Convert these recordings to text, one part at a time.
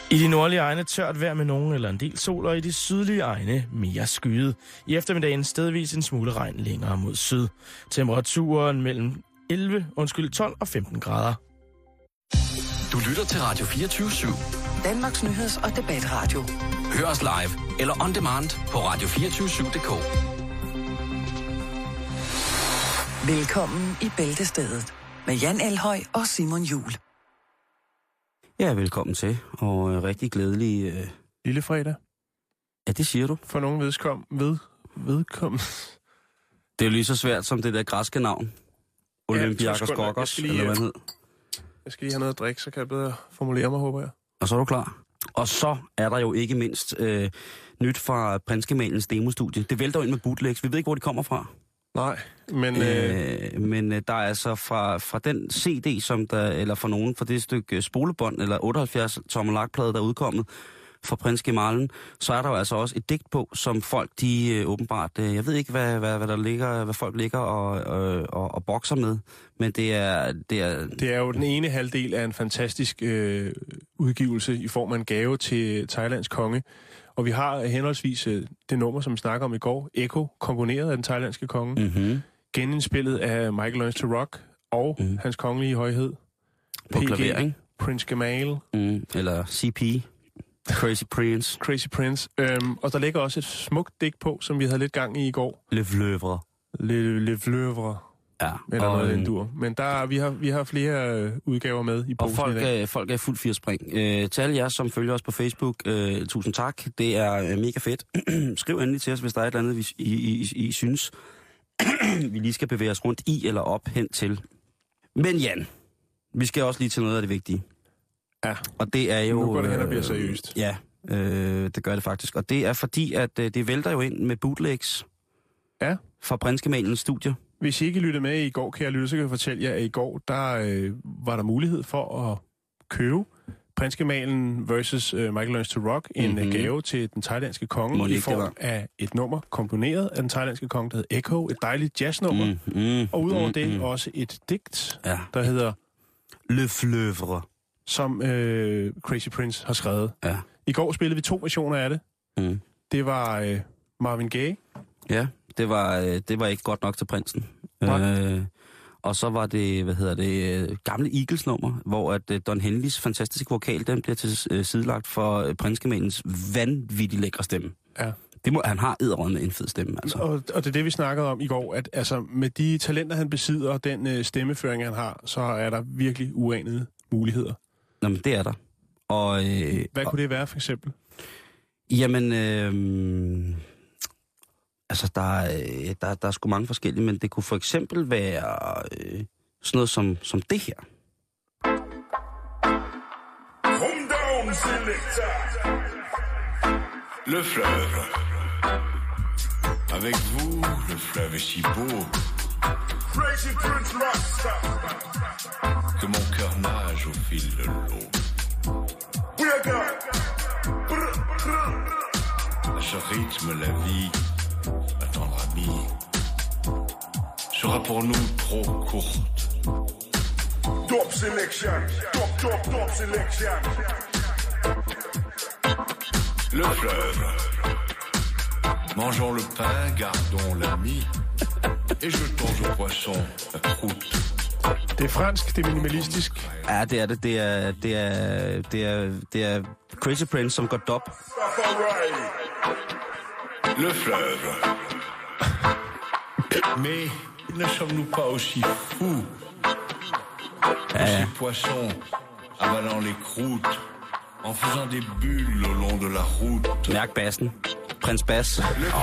I de nordlige egne tørt vejr med nogen eller en del sol, og i de sydlige egne mere skyet. I eftermiddagen stedvis en smule regn længere mod syd. Temperaturen mellem 12 og 15 grader. Du lytter til Radio 24/7. Danmarks nyheds- og debatradio. Hør os live eller on demand på radio247.dk. Velkommen i Bæltestedet med Jan Elhøj og Simon Juhl. Ja, velkommen til, og rigtig glædelig... Lille fredag. Ja, det siger du. For nogen vedkommen. Det er jo lige så svært som det der græske navn. Olympiakos Kokos, eller hvad hed. Jeg skal lige have noget at drikke, så kan jeg bedre formulere mig, håber jeg. Og så er du klar. Og så er der jo ikke mindst nyt fra Prinskemalens demostudie. Det vælter ind med bootlegs. Vi ved ikke, hvor de kommer fra. Nej, men... Men der er altså fra den CD, som der, eller fra nogen, fra det stykke spolebånd, eller 78 tommer lakplade, der er udkommet fra Prinsgemalen, så er der jo altså også et digt på, som folk, de åbenbart... jeg ved ikke, hvad der ligger, hvad folk ligger og bokser med, men det er jo den ene halvdel af en fantastisk udgivelse i form af en gave til Thailands konge. Og vi har henholdsvis det nummer, som vi snakker om i går, Echo, komponeret af den thailandske konge, genindspillet af Michael Learns to Rock og hans kongelige højhed, på klaver, ikke? Prince Gamal. Eller CP, Crazy Prince. Crazy Prince. Og der ligger også et smukt digt på, som vi havde lidt gang i går. Le Fleuve. Le Fleuve. Ja. Eller noget den dur. Men vi har flere udgaver med i posen i dag. Og folk er fuld 80 spring. Til alle jer, som følger os på Facebook, tusind tak. Det er mega fedt. Skriv endelig til os, hvis der er et eller andet, I synes, vi lige skal bevæge os rundt i eller op hen til. Men Jan, vi skal også lige til noget af det vigtige. Ja. Og det er jo... Nu går det hen og bliver seriøst. Ja, det gør det faktisk. Og det er fordi, at det vælter jo ind med bootlegs. Ja. Fra Prinsgemalens studier. Hvis I ikke lyttede med i går, kan jeg lytte, så kan jeg fortælle jer, at i går, der var der mulighed for at købe Prinsgemalen versus Michael Learns to Rock, en gave til den thailandske konge i form af et nummer komponeret af den thailandske konge, der hedder Echo, et dejligt jazznummer. Og udover det også et digt, der hedder Le Fleuve, som Crazy Prince har skrevet. Ja. I går spillede vi 2 versioner af det. Det var Marvin Gaye. Ja, det var ikke godt nok til prinsen. Og så var det, gamle Eagles-nummer, hvor at Don Henleys fantastiske vokal, den bliver til sidelagt for Prinsgemalens vanvittigt lækre stemme. Ja. Han har edderrødende en fed stemme, altså. Og det er det, vi snakkede om i går, at altså, med de talenter, han besidder, og den stemmeføring, han har, så er der virkelig uanede muligheder. Nå, men det er der. Og, hvad kunne det være, for eksempel? Jamen... Altså, der er sgu mange forskellige, men det kunne for eksempel være sådan noget som det her. Le fleuve. Avec vous, le fleuve est si beau que mon cœur nage au fil de l'eau. À ce rythme, la vie, ma tendre amie, sera pour nous trop courte. Top selection, top selection. Le fleuve. Mangeons le pain, gardons l'ami, et jetons au poisson la croûte. Det er fransk, det er minimalistisk. Ja, det er det. Det er Crazy Prince, som går dop. Le fleuve. Mais ne sommes-nous pas aussi fous? Ces poissons avalant les croûtes, en faisant des bulles au long de la route. Mærk bassen. Prins Bass.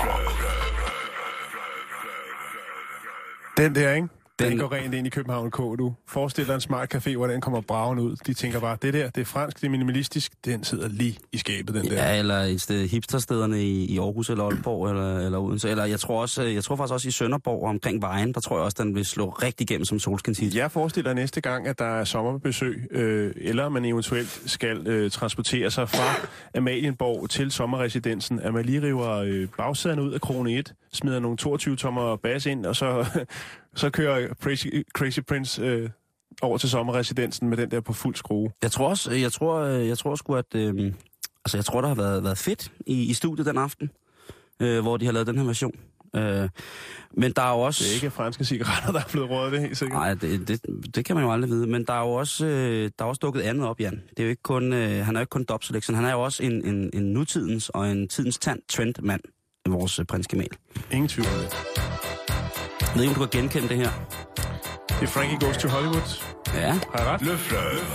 Den der, ikke? Den går rent ind i København K, du. Forestil dig en smart café, hvor den kommer bragen ud. De tænker bare, det der, det er fransk, det er minimalistisk. Den sidder lige i skabet, den der. Ja, eller et sted hipsterstederne i Aarhus eller Aalborg eller Odense. Eller jeg tror faktisk også i Sønderborg omkring Vejen, der tror jeg også, den vil slå rigtig igennem som solskinshit. Jeg forestiller næste gang, at der er sommerbesøg, eller man eventuelt skal transportere sig fra Amalienborg til sommerresidensen, at man lige river bagsæderne ud af krone 1, smider nogle 22-tommer bas ind, og så kører Crazy Prince over til sommerresidensen med den der på fuld skrue. Jeg tror sgu, at... jeg tror, der har været fedt i studiet den aften, hvor de har lavet den her version. Men der er jo også... Det er ikke franske cigaretter, der er blevet røget, det helt sikkert. Nej, det kan man jo aldrig vide. Men der er jo også dukket andet op, Jan. Det er jo ikke kun, han er jo ikke kun Dub Selection. Han er jo også en nutidens og en tidens trendmand, vores prins Kemal. Ingen tvivl om det. Jeg ved ikke, om du kan genkende det her. Det er Frankie Goes to Hollywood. Ja. Har jeg ret? Le fleuve.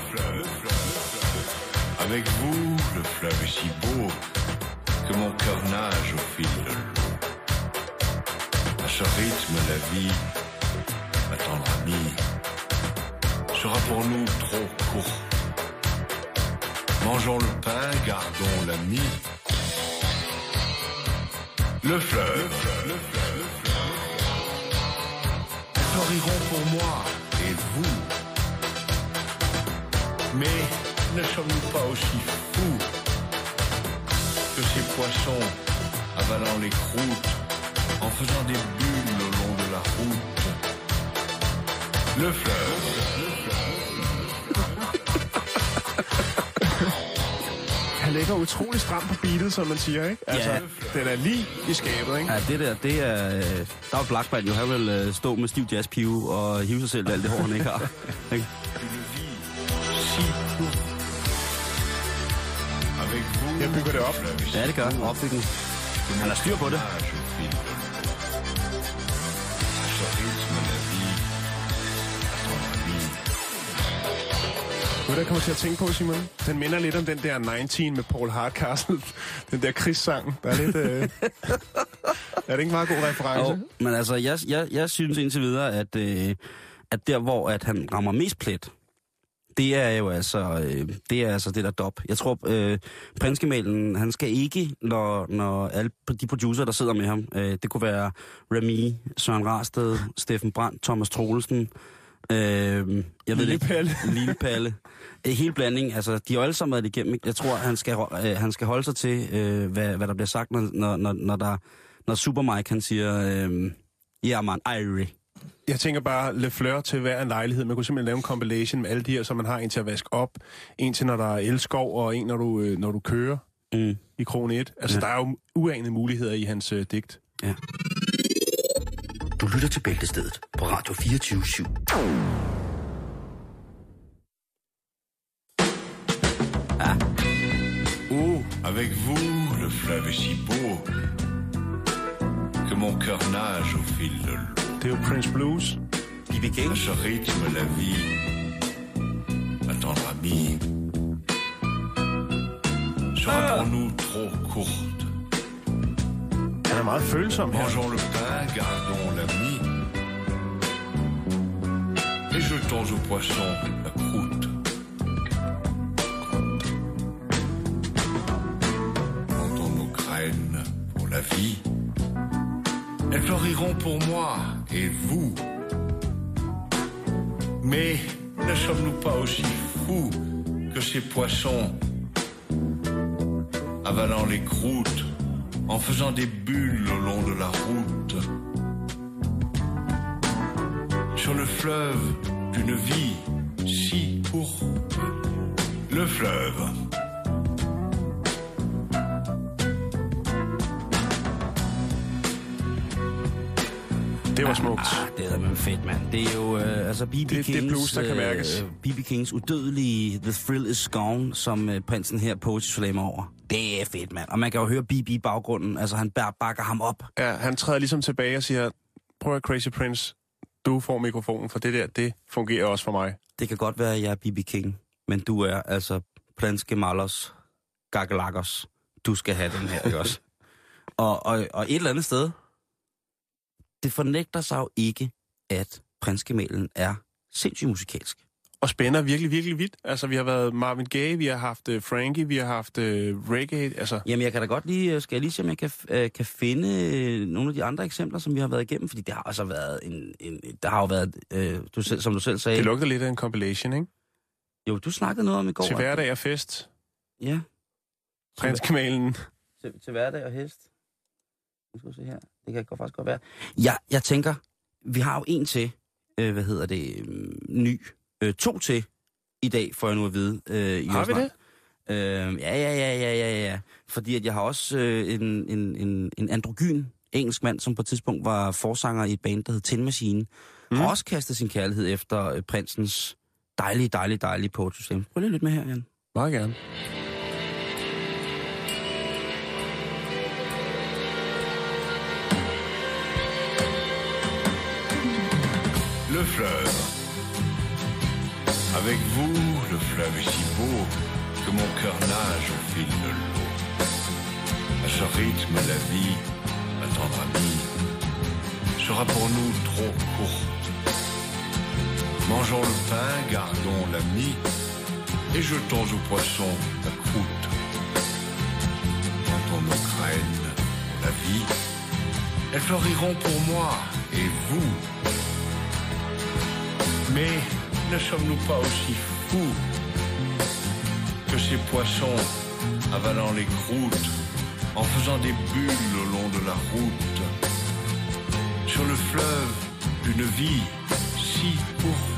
Avec vous, le fleuve est si beau que mon cœur nage au fil de l'eau. À ce rythme, la vie, ma tendre amie, sera pour nous trop court. Mangeons le pain, gardons l'ami. Le fleuve. Fleuriront pour moi et vous. Mais ne sommes-nous pas aussi fous que ces poissons avalant les croûtes en faisant des bulles au long de la route? Le fleuve. Han ligger utrolig stramt på beatet, som man siger, ikke? Altså, Ja. den er lige i skabet, ikke? Ja, det er... Der var Blackband jo, han vil stå med stiv jazzpive og hive sig selv alt det hår, han ikke har. Ikke? Jeg bygger det op. Ja, det gør han. Opbygning. Han har styr på det. Hvad der kommer til at tænke på, Simon? Den minder lidt om den der 19 med Paul Hardcastle. Den der krigssang. Der er lidt... Er det ikke en meget god reference? Jo, men altså, jeg synes indtil videre, at der, hvor at han rammer mest plet, det er jo altså, det der Dub. Jeg tror, prins Kemalen, han skal ikke, når alle de producer, der sidder med ham, det kunne være Remy, Søren Rarsted, Steffen Brandt, Thomas Troelsen, Lille Palle. Lille Palle. Hele blanding, altså, de har alle sammen været igennem. Jeg tror, han skal holde sig til, hvad der bliver sagt, når Super Mike, han siger, yeah man, Irie. Jeg tænker bare, Le Fleur til hver en lejlighed. Man kunne simpelthen lave en compilation med alle de her, så man har en til at vaske op, en til, når der er elskov, og en, når du kører i Krone 1. Altså, der er jo uanede muligheder i hans digt. Ja. Du lytter til Bæltestedet på Radio 24/7. Ja. Avec vous, le fleuve est si beau que mon cœur nage au fil de l'eau. Det er jo Prince Blues. B.B. King. À ce rythme, la vie, ma tendre amie, sera pour nous trop courte. Han er meget følsom her. Mangeons le pain, gardons l'ami, et jetons aux poissons la croûte. Plantons nos graines pour la vie. Elles fleuriront pour moi et vous. Mais ne sommes-nous pas aussi fous que ces poissons avalant les croûtes en faisant des bulles au long de la route? Sur le fleuve d'une vie si courte. Le fleuve. Det var smukt. Det er fedt, mand. Det er jo B.B. Kings... Det er blues, der kan mærkes. B.B. Kings udødelige The Thrill Is Gone, som prinsen her Poetry Slammer over. Det er fedt, mand. Og man kan jo høre B.B. i baggrunden. Altså, han bakker ham op. Ja, han træder ligesom tilbage og siger, prøv at Crazy Prince, du får mikrofonen, for det fungerer også for mig. Det kan godt være, at jeg er B.B. King, men du er altså Prins Gemalos Gagalagos. Du skal have den her, ikke også? Og et eller andet sted, det fornægter sig jo ikke, at Prins Kemalen er sindssygt musikalsk. Og spænder virkelig, virkelig vidt. Altså, vi har været Marvin Gaye, vi har haft Frankie, vi har haft reggae, altså... Jamen, jeg kan da godt lige... Skal jeg lige se, om jeg kan finde nogle af de andre eksempler, som vi har været igennem? Fordi det har altså været der har jo været... som du selv sagde... Det lugter lidt af en compilation, ikke? Jo, du snakkede noget om i går. Til hverdag og fest. Ja. Prins Kemalen. Til hverdag og hest. Nu skal vi se her. Det kan faktisk godt være. Jeg tænker, vi har jo en til. ny 2 til i dag, får jeg nu at vide. Har vi det? Ja. Fordi at jeg har også en androgyn engelsk mand, som på et tidspunkt var forsanger i et band, der hed Tin Machine, og også kastede sin kærlighed efter prinsens dejlige poetry slam. Prøv lige lidt med her, Jan. Meget gerne. Le fleuve. Avec vous, le fleuve est si beau que mon cœur nage au fil de l'eau. À ce rythme, la vie, ma tendre amie, sera pour nous trop courte. Mangeons le pain, gardons l'ami, et jetons aux poissons la croûte. Plantons nos graines, la vie, elles fleuriront pour moi et vous. Mais ne sommes-nous pas aussi fous que ces poissons avalant les croûtes, en faisant des bulles le long de la route, sur le fleuve d'une vie si courte.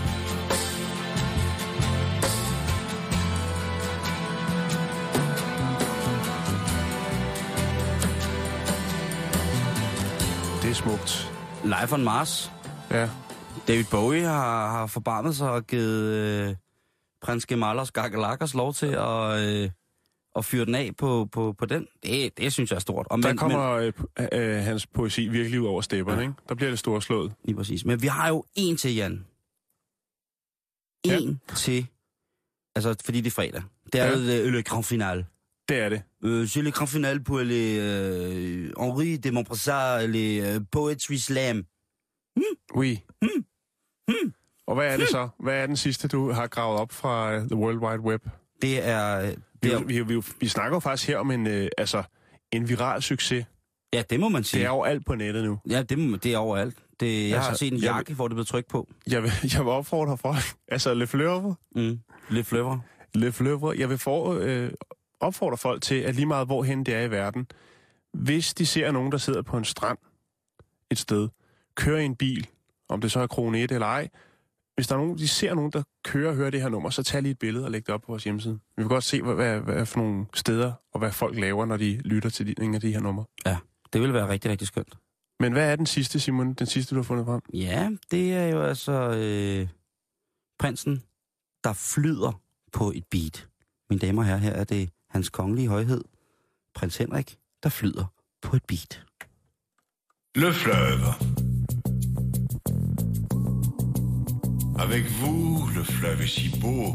Det er smukt. Live on Mars. Ja. David Bowie har forbarmet sig og givet prins Kemal og Skakalakas lov til at fyre den af på den. Det synes jeg er stort. Der kommer hans poesi virkelig ud over stepperne, ikke? Der bliver det storslået. Lige præcis. Men vi har jo en til, Jan. En til. Altså, fordi det er fredag. Det er jo le grand finale. Det er det. C'est le grand finale pour les Henri de Montpressat, les poetry slam. Oui. Og hvad er det så? Hvad er den sidste, du har gravet op fra The World Wide Web? Det er... Vi snakker jo faktisk her om en viral succes. Ja, det må man sige. Det er overalt på nettet nu. Ja, det er overalt. Jeg har set en jakke, hvor det blev trykt på. Jeg vil opfordre folk. Altså, Le Fleuve. Le Fleuve. Le Fleuve. Jeg vil opfordre folk til, at lige meget hvorhen det er i verden, hvis de ser nogen, der sidder på en strand et sted, kører i en bil, om det så er krone 1 eller ej, hvis der er nogen, de ser nogen, der kører og hører det her nummer, så tag lige et billede og læg det op på vores hjemmeside. Vi vil godt se, hvad for nogle steder, og hvad folk laver, når de lytter til en af de her numre. Ja, det vil være rigtig, rigtig skønt. Men hvad er den sidste, Simon? Den sidste, du har fundet frem? Ja, det er jo altså prinsen, der flyder på et beat. Mine damer og herrer, her er det hans kongelige højhed, prins Henrik, der flyder på et beat. Le fleuve. Avec vous, le fleuve est si beau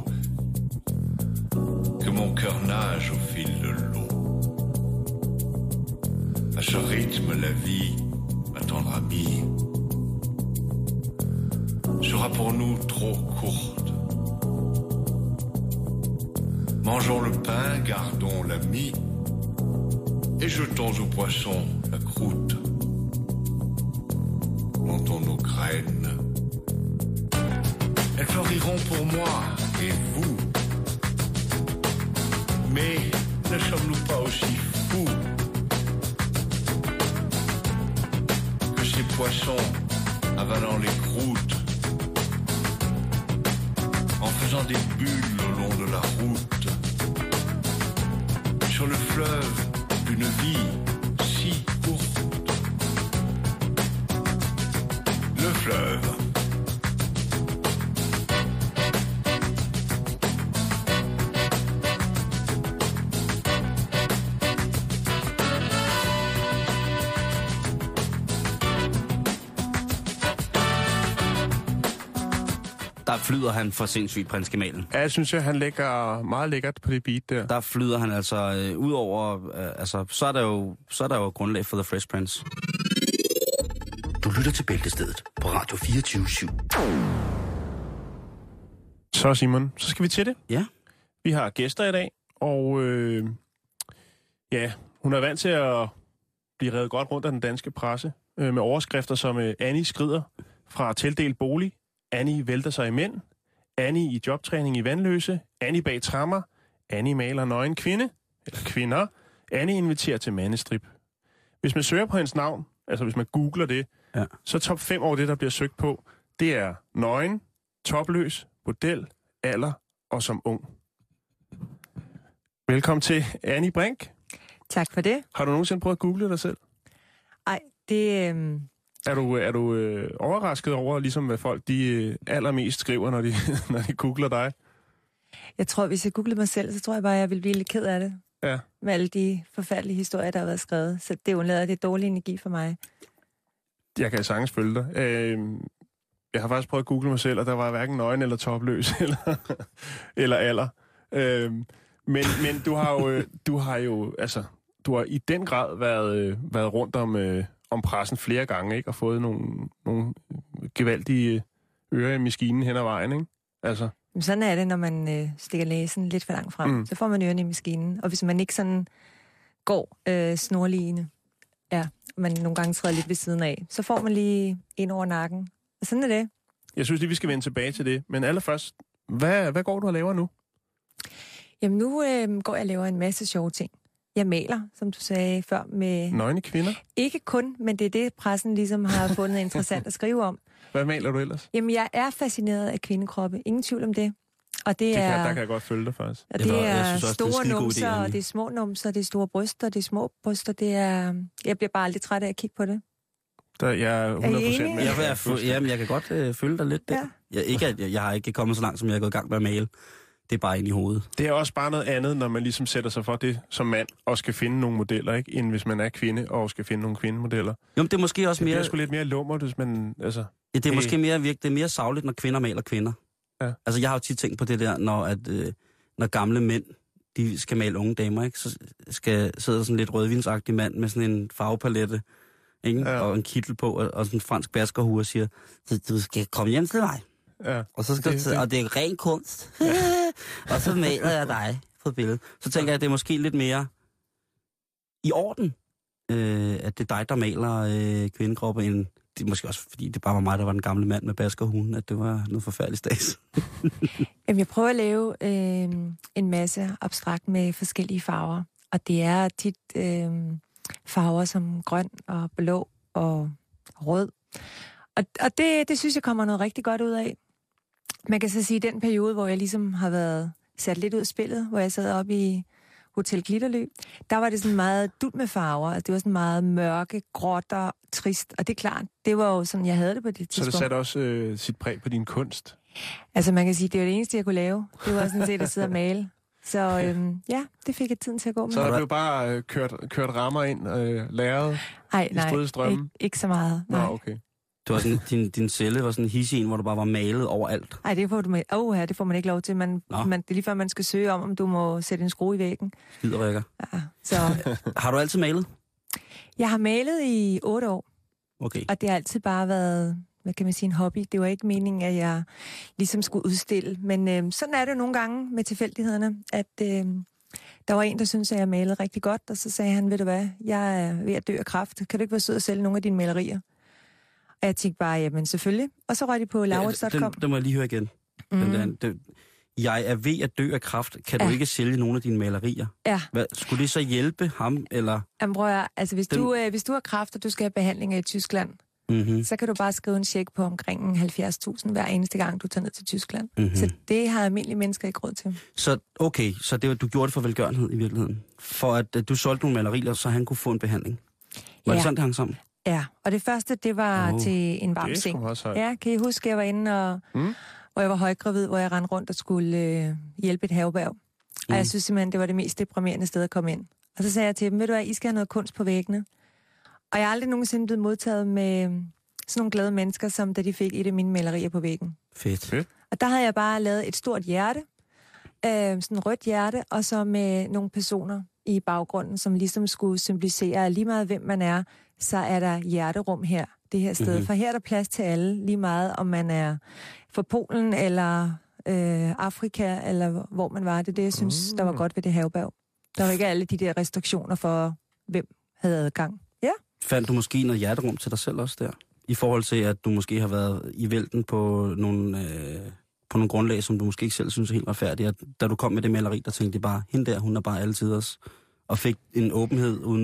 que mon cœur nage au fil de l'eau. À ce rythme, la vie, ma tendre amie, sera pour nous trop courte. Mangeons le pain, gardons l'ami, et jetons aux poissons la croûte. Plantons nos graines. Elles fleuriront pour moi et vous. Mais ne sommes-nous pas aussi fous que ces poissons avalant les croûtes, en faisant des bulles le long de la route, sur le fleuve d'une vie si courte. Le fleuve. Der flyder han for sindssygt, prins Kemalen. Ja, jeg synes, han lægger meget lækkert på det beat der. Der flyder han altså ud over... så er der jo grundlag for The Fresh Prince. Du lytter til Bæltestedet på Radio 24/7. Så Simon, så skal vi til det. Ja. Vi har gæster i dag, og hun er vant til at blive revet godt rundt af den danske presse, med overskrifter som Annie skrider fra tildelt bolig, Annie vælter sig i mænd, Annie i jobtræning i Vandløse, Annie bag trammer, Annie maler nøgen kvinde, eller kvinder, Annie inviterer til mandestrip. Hvis man søger på hendes navn, altså hvis man googler det, så top 5 over det, der bliver søgt på, Det er nøgen, topløs, model, alder og som ung. Velkommen til Annie Brink. Tak for det. Har du nogensinde prøvet at google dig selv? Ej, det... Er du overrasket over, ligesom hvad folk de allermest skriver, når de googler dig? Jeg tror, hvis jeg googlede mig selv, så tror jeg bare, jeg ville blive lidt ked af det. Ja. Med alle de forfærdelige historier, der har været skrevet. Så det undlader, det er dårlig energi for mig. Jeg kan sagtens følge dig. Jeg har faktisk prøvet at google mig selv, og der var hverken nøgen eller topløs eller alder. Men du har i den grad været rundt om pressen flere gange, ikke? Og fået nogle gevaldige ører i maskinen hen ad vejen, ikke? Altså. Sådan er det, når man stikker næsen lidt for langt frem. Så får man ørerne i maskinen. Og hvis man ikke sådan går snorligende, man nogle gange træder lidt ved siden af, så får man lige ind over nakken. Og sådan er det. Jeg synes lige, vi skal vende tilbage til det. Men allerførst, hvad går du og laver nu? Jamen nu går jeg og laver en masse sjove ting. Jeg maler, som du sagde før, med... Nøgne kvinder? Ikke kun, men det er det, pressen ligesom har fundet interessant at skrive om. Hvad maler du ellers? Jamen, jeg er fascineret af kvindekroppe. Ingen tvivl om det. Og der kan jeg godt følge dig faktisk. Og det er store numser, og det er små numser, det er store bryster, det er små bryster. Det er... Jeg bliver bare aldrig træt af at kigge på det. Jeg er 100% med. Jamen, jeg kan godt følge dig lidt. Ja. Jeg har ikke kommet så langt, som jeg er gået i gang med at male. Det er bare ind i hovedet. Det er også bare noget andet, når man ligesom sætter sig for det som mand, og skal finde nogle modeller, ikke? End hvis man er kvinde, og skal finde nogle kvindemodeller. Jo, men det er måske også mere... Det er sgu lidt mere lummert, hvis man... Altså, ja, det er måske mere det er mere sagligt, når kvinder maler kvinder. Ja. Altså, jeg har jo tit tænkt på det der, når gamle mænd, de skal male unge damer, ikke? Så sidder sådan lidt rødvinsagtig mand med sådan en farvepalette, ikke? Ja. Og en kittel på, og sådan en fransk baskerhue og siger, du skal komme hjem til mig. Ja. Og så skal og det er ren kunst. Ja. Og så maler jeg dig på billedet. Så tænker jeg, at det er måske lidt mere i orden, at det er dig, der maler kvindekroppe, end det er måske også, fordi det bare var mig, der var den gamle mand med baskerhunden, at det var noget forfærdeligt stads. Jamen, jeg prøver at lave en masse abstrakt med forskellige farver. Og det er tit farver som grøn og blå og rød. Og det synes jeg kommer noget rigtig godt ud af. Man kan så sige, at den periode, hvor jeg ligesom har været sat lidt ud af spillet, hvor jeg sad oppe i Hotel Glitterløb, der var det sådan meget dult med farver. Altså, det var sådan meget mørke, gråt og trist. Og det er klart, det var jo sådan, jeg havde det på det tidspunkt. Så det satte også sit præg på din kunst? Altså, man kan sige, det var det eneste, jeg kunne lave. Det var sådan set at sidde og male. Så det fik jeg tiden til at gå med. Så der blev bare kørt rammer ind, lærret i strømmen? Ikke så meget. Nej. Nå, okay. Det var sådan, din celle var sådan en hissig en, hvor du bare var malet overalt. Nej, det får man ikke lov til. Det er lige før, man skal søge om du må sætte en skrue i væggen. Skiderækker. Ja, så. Har du altid malet? Jeg har malet i 8 år. Okay. Og det har altid bare været, hvad kan man sige, en hobby. Det var ikke meningen, at jeg ligesom skulle udstille. Men sådan er det nogle gange med tilfældighederne, at der var en, der syntes, at jeg malede rigtig godt. Og så sagde han, ved du hvad, jeg er ved at dø af kræft. Kan du ikke være sød at sælge nogle af dine malerier? Og jeg tænkte bare, jamen selvfølgelig. Og så røg de på laurits.com. Den må jeg lige høre igen. Jeg er ved at dø af kræft. Kan du ikke sælge nogle af dine malerier? Ja. Skulle det så hjælpe ham, eller? Jamen prøv at, altså hvis du har kræft, og du skal have behandlinger i Tyskland, så kan du bare skrive en check på omkring 70.000 hver eneste gang, du tager ned til Tyskland. Så det har almindelige mennesker ikke råd til. Så okay, så det var, du gjorde det for velgørenhed i virkeligheden? For at du solgte nogle malerier, så han kunne få en behandling? Var det sådan, det hang sammen? Ja, og det første, det var til en varm seng. Ja, kan I huske, jeg var inde, og, hvor jeg var højgravid, hvor jeg rendte rundt og skulle hjælpe et havebærg. Og jeg synes simpelthen, det var det mest deprimerende sted at komme ind. Og så sagde jeg til dem, ved du hvad, I skal have noget kunst på væggene. Og jeg er aldrig nogensinde blevet modtaget med sådan nogle glade mennesker, som da de fik et af mine malerier på væggen. Fedt. Og der havde jeg bare lavet et stort hjerte, sådan et rødt hjerte, og så med nogle personer i baggrunden, som ligesom skulle symbolisere lige meget, hvem man er, så er der hjerterum her, det her sted. For her er der plads til alle, lige meget om man er fra Polen, eller Afrika, eller hvor man var. Det er det, jeg synes, der var godt ved det havebærg. Der var ikke alle de der restriktioner for, hvem havde adgang. Ja. Fandt du måske noget hjerterum til dig selv også der? I forhold til, at du måske har været i vælten på nogle grundlag, som du måske ikke selv synes er helt retfærdige. Da du kom med det maleri, der tænkte jeg bare, hende der, hun er bare altid os. Og fik en åbenhed uden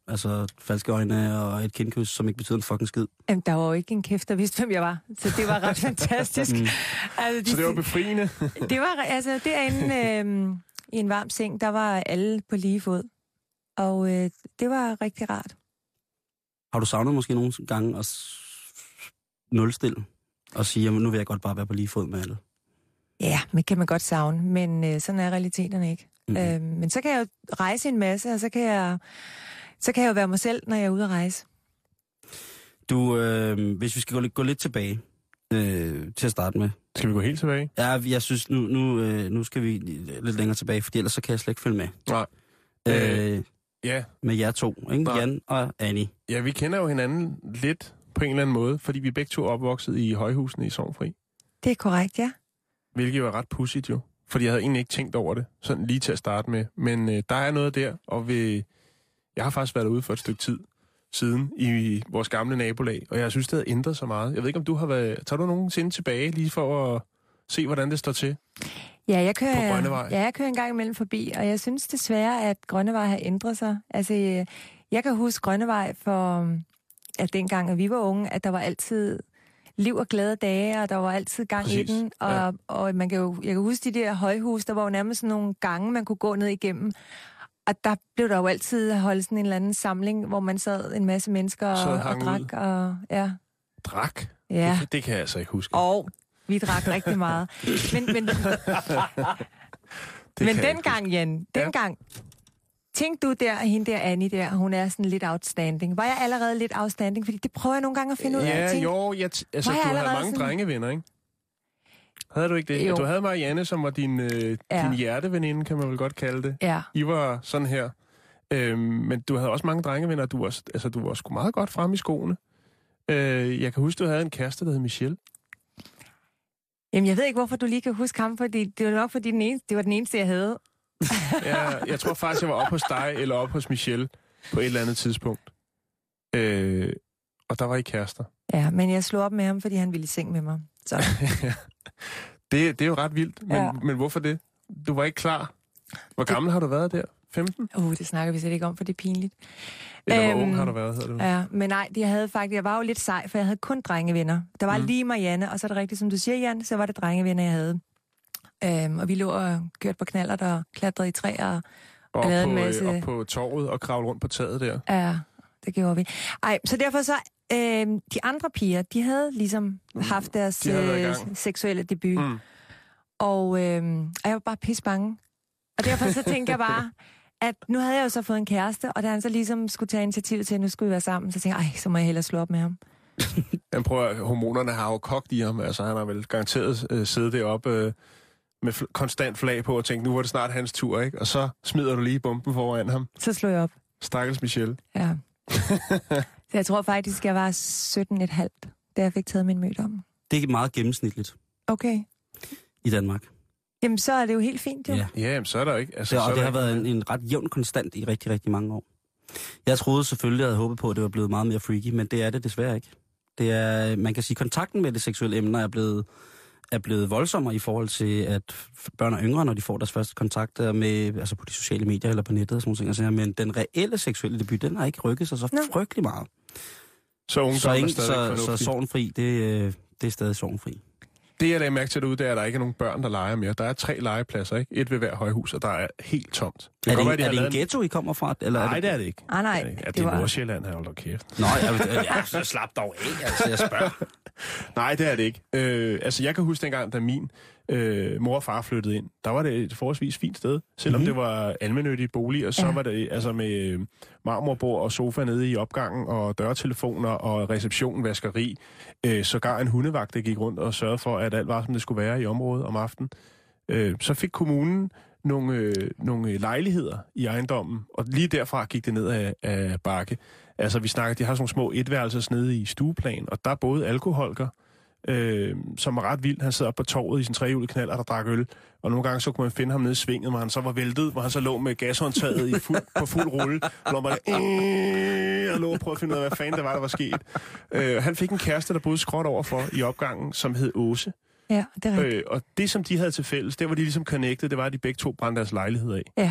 Altså falske øjne og et kindkys, som ikke betyder en fucking skid. Jamen, der var jo ikke en kæft, der vidste, hvem jeg var. Så det var ret fantastisk. Altså, Så det var befriende? Det var, altså, derinde i en varm seng, der var alle på lige fod. Og det var rigtig rart. Har du savnet måske nogle gange at nulstille og sige, jamen nu vil jeg godt bare være på lige fod med alle? Ja, det kan man godt savne, men sådan er realiteterne ikke. Mm-hmm. Men så kan jeg jo rejse en masse, og så kan jeg jo være mig selv, når jeg er ude at rejse. Du, hvis vi skal gå lidt tilbage til at starte med. Skal vi gå helt tilbage? Ja, jeg synes, nu skal vi lidt længere tilbage, for ellers så kan jeg slet ikke følge med. Nej. Ja. Med jer to, ikke? Nej. Jan og Annie. Ja, vi kender jo hinanden lidt på en eller anden måde, fordi vi begge to er opvokset i højhusene i Sorgenfri. Det er korrekt, ja. Hvilket jo er ret pudsigt jo. Fordi jeg havde egentlig ikke tænkt over det, sådan lige til at starte med. Men der er noget der, og jeg har faktisk været ude for et stykke tid siden i vores gamle nabolag, og jeg synes, det har ændret så meget. Jeg ved ikke, om du har været... Tager du nogensinde tilbage lige for at se, hvordan det står til? Ja, jeg kører, jeg kører en gang imellem forbi, og jeg synes desværre, at Grønnevej har ændret sig. Altså, jeg kan huske Grønnevej for, at dengang, at vi var unge, at der var altid liv og glade dage, og der var altid gang i den. Og jeg kan huske de der højhus, der var jo nærmest sådan nogle gange, man kunne gå ned igennem. Og der blev der jo altid holdt sådan en eller anden samling, hvor man sad en masse mennesker og drak. Og, ja. Drak? Ja. Det kan jeg altså ikke huske. Og vi drak rigtig meget. Men dengang, Jan, tænkte du der, hende der Annie der, hun er sådan lidt outstanding. Var jeg allerede lidt outstanding? Fordi det prøver jeg nogle gange at finde ud af. Ja, du havde mange drengevenner, ikke? Havde du ikke det? Jo. Du havde Marianne, som var din hjerteveninde, kan man vel godt kalde det. Ja. I var sådan her. Men du havde også mange drengevenner, du var sgu meget godt fremme i skoene. Jeg kan huske, du havde en kæreste, der hed Michelle. Jamen, jeg ved ikke, hvorfor du lige kan huske ham, fordi det var nok, fordi det var den eneste, jeg havde. Ja, jeg tror faktisk, jeg var oppe hos dig, eller oppe hos Michelle, på et eller andet tidspunkt. Og der var I kærester. Ja, men jeg slog op med ham, fordi han ville i seng med mig. Så. det er jo ret vildt, men hvorfor det? Du var ikke klar. Hvor gammel har du været der? 15? Det snakker vi slet ikke om, for det er pinligt. Eller hvor ung har du været, hedder du? Ja, men nej, jeg var jo lidt sej, for jeg havde kun drengevenner. Der var lige Marianne, og så er det rigtigt, som du siger, Jan, så var det drengevenner, jeg havde. Og vi lå og kørte på knaller, der klatrede i træer og lavede en masse... Og på torvet og kravlede rundt på taget der. Ja, det gjorde vi. Så derfor så... de andre piger, de havde ligesom haft deres seksuelle debut. Og jeg var bare pissebange. Og derfor så tænkte jeg bare, at nu havde jeg jo så fået en kæreste, og da han så ligesom skulle tage initiativ til, at nu skulle vi være sammen, så tænkte jeg, så må jeg hellere slå op med ham. Han prøver, hormonerne har jo kogt i ham, altså han har vel garanteret siddet deroppe med konstant flag på og tænkt, nu var det snart hans tur, ikke? Og så smider du lige bomben foran ham. Så slår jeg op. Stakkels Michelle. Ja. Så jeg tror faktisk, jeg var 17,5, da jeg fik taget min mødom. Det er meget gennemsnitligt. Okay. I Danmark. Jamen, så er det jo helt fint, jo. Ja, jamen, så er der ikke. Altså, det har været en ret jævn konstant i rigtig, rigtig mange år. Jeg troede selvfølgelig, jeg havde håbet på, at det var blevet meget mere freaky, men det er det desværre ikke. Det er, man kan sige, kontakten med det seksuelle emner er blevet voldsommere i forhold til, at børn og yngre, når de får deres første kontakter med, altså på de sociale medier eller på nettet og sådan noget, men den reelle seksuelle debut, den har ikke rykket sig så frygtelig meget. Så sorgenfri, det er stadig sorgenfri. Det, jeg lagde mærke til derude, det er, at der ikke er nogen børn, der leger mere. Der er 3 legepladser, ikke? Et ved hver højhus, og der er helt tomt. Er det en ghetto, I kommer fra? Eller nej, det er det ikke. Nej. Ja, det er Nordsjælland, her, hold kæft. Nå, så slap dog af, altså, jeg spørger. Nej, det er det ikke. Jeg kan huske dengang, da min mor og far flyttede ind, der var det et forholdsvis fint sted. Selvom det var almennyttige boliger, så var det altså med marmorbord og sofa nede i opgangen, og dørtelefoner og reception, vaskeri. Sågar en hundevagt, der gik rundt og sørgede for, at alt var, som det skulle være i området om aftenen. Så fik kommunen nogle lejligheder i ejendommen, og lige derfra gik det ned af bakke. Altså, vi snakker, de har sådan nogle små etværelses nede i stueplan, og der er både alkoholker, som er ret vild. Han sidder op på torvet i sin trehjulede knald, og der drak øl. Og nogle gange så kunne man finde ham nede i svinget, hvor han så var væltet, hvor han så lå med gashåndtaget på fuld rulle. Og lå og lå og prøvede at finde ud af, hvad fanden det var, der var sket. Han fik en kæreste, der boede skråt overfor i opgangen, som hed Åse. Ja, det er rigtigt. Og det, som de havde til fælles, det var de ligesom connected, det var, at de begge to brændte deres lejlighed af. Ja.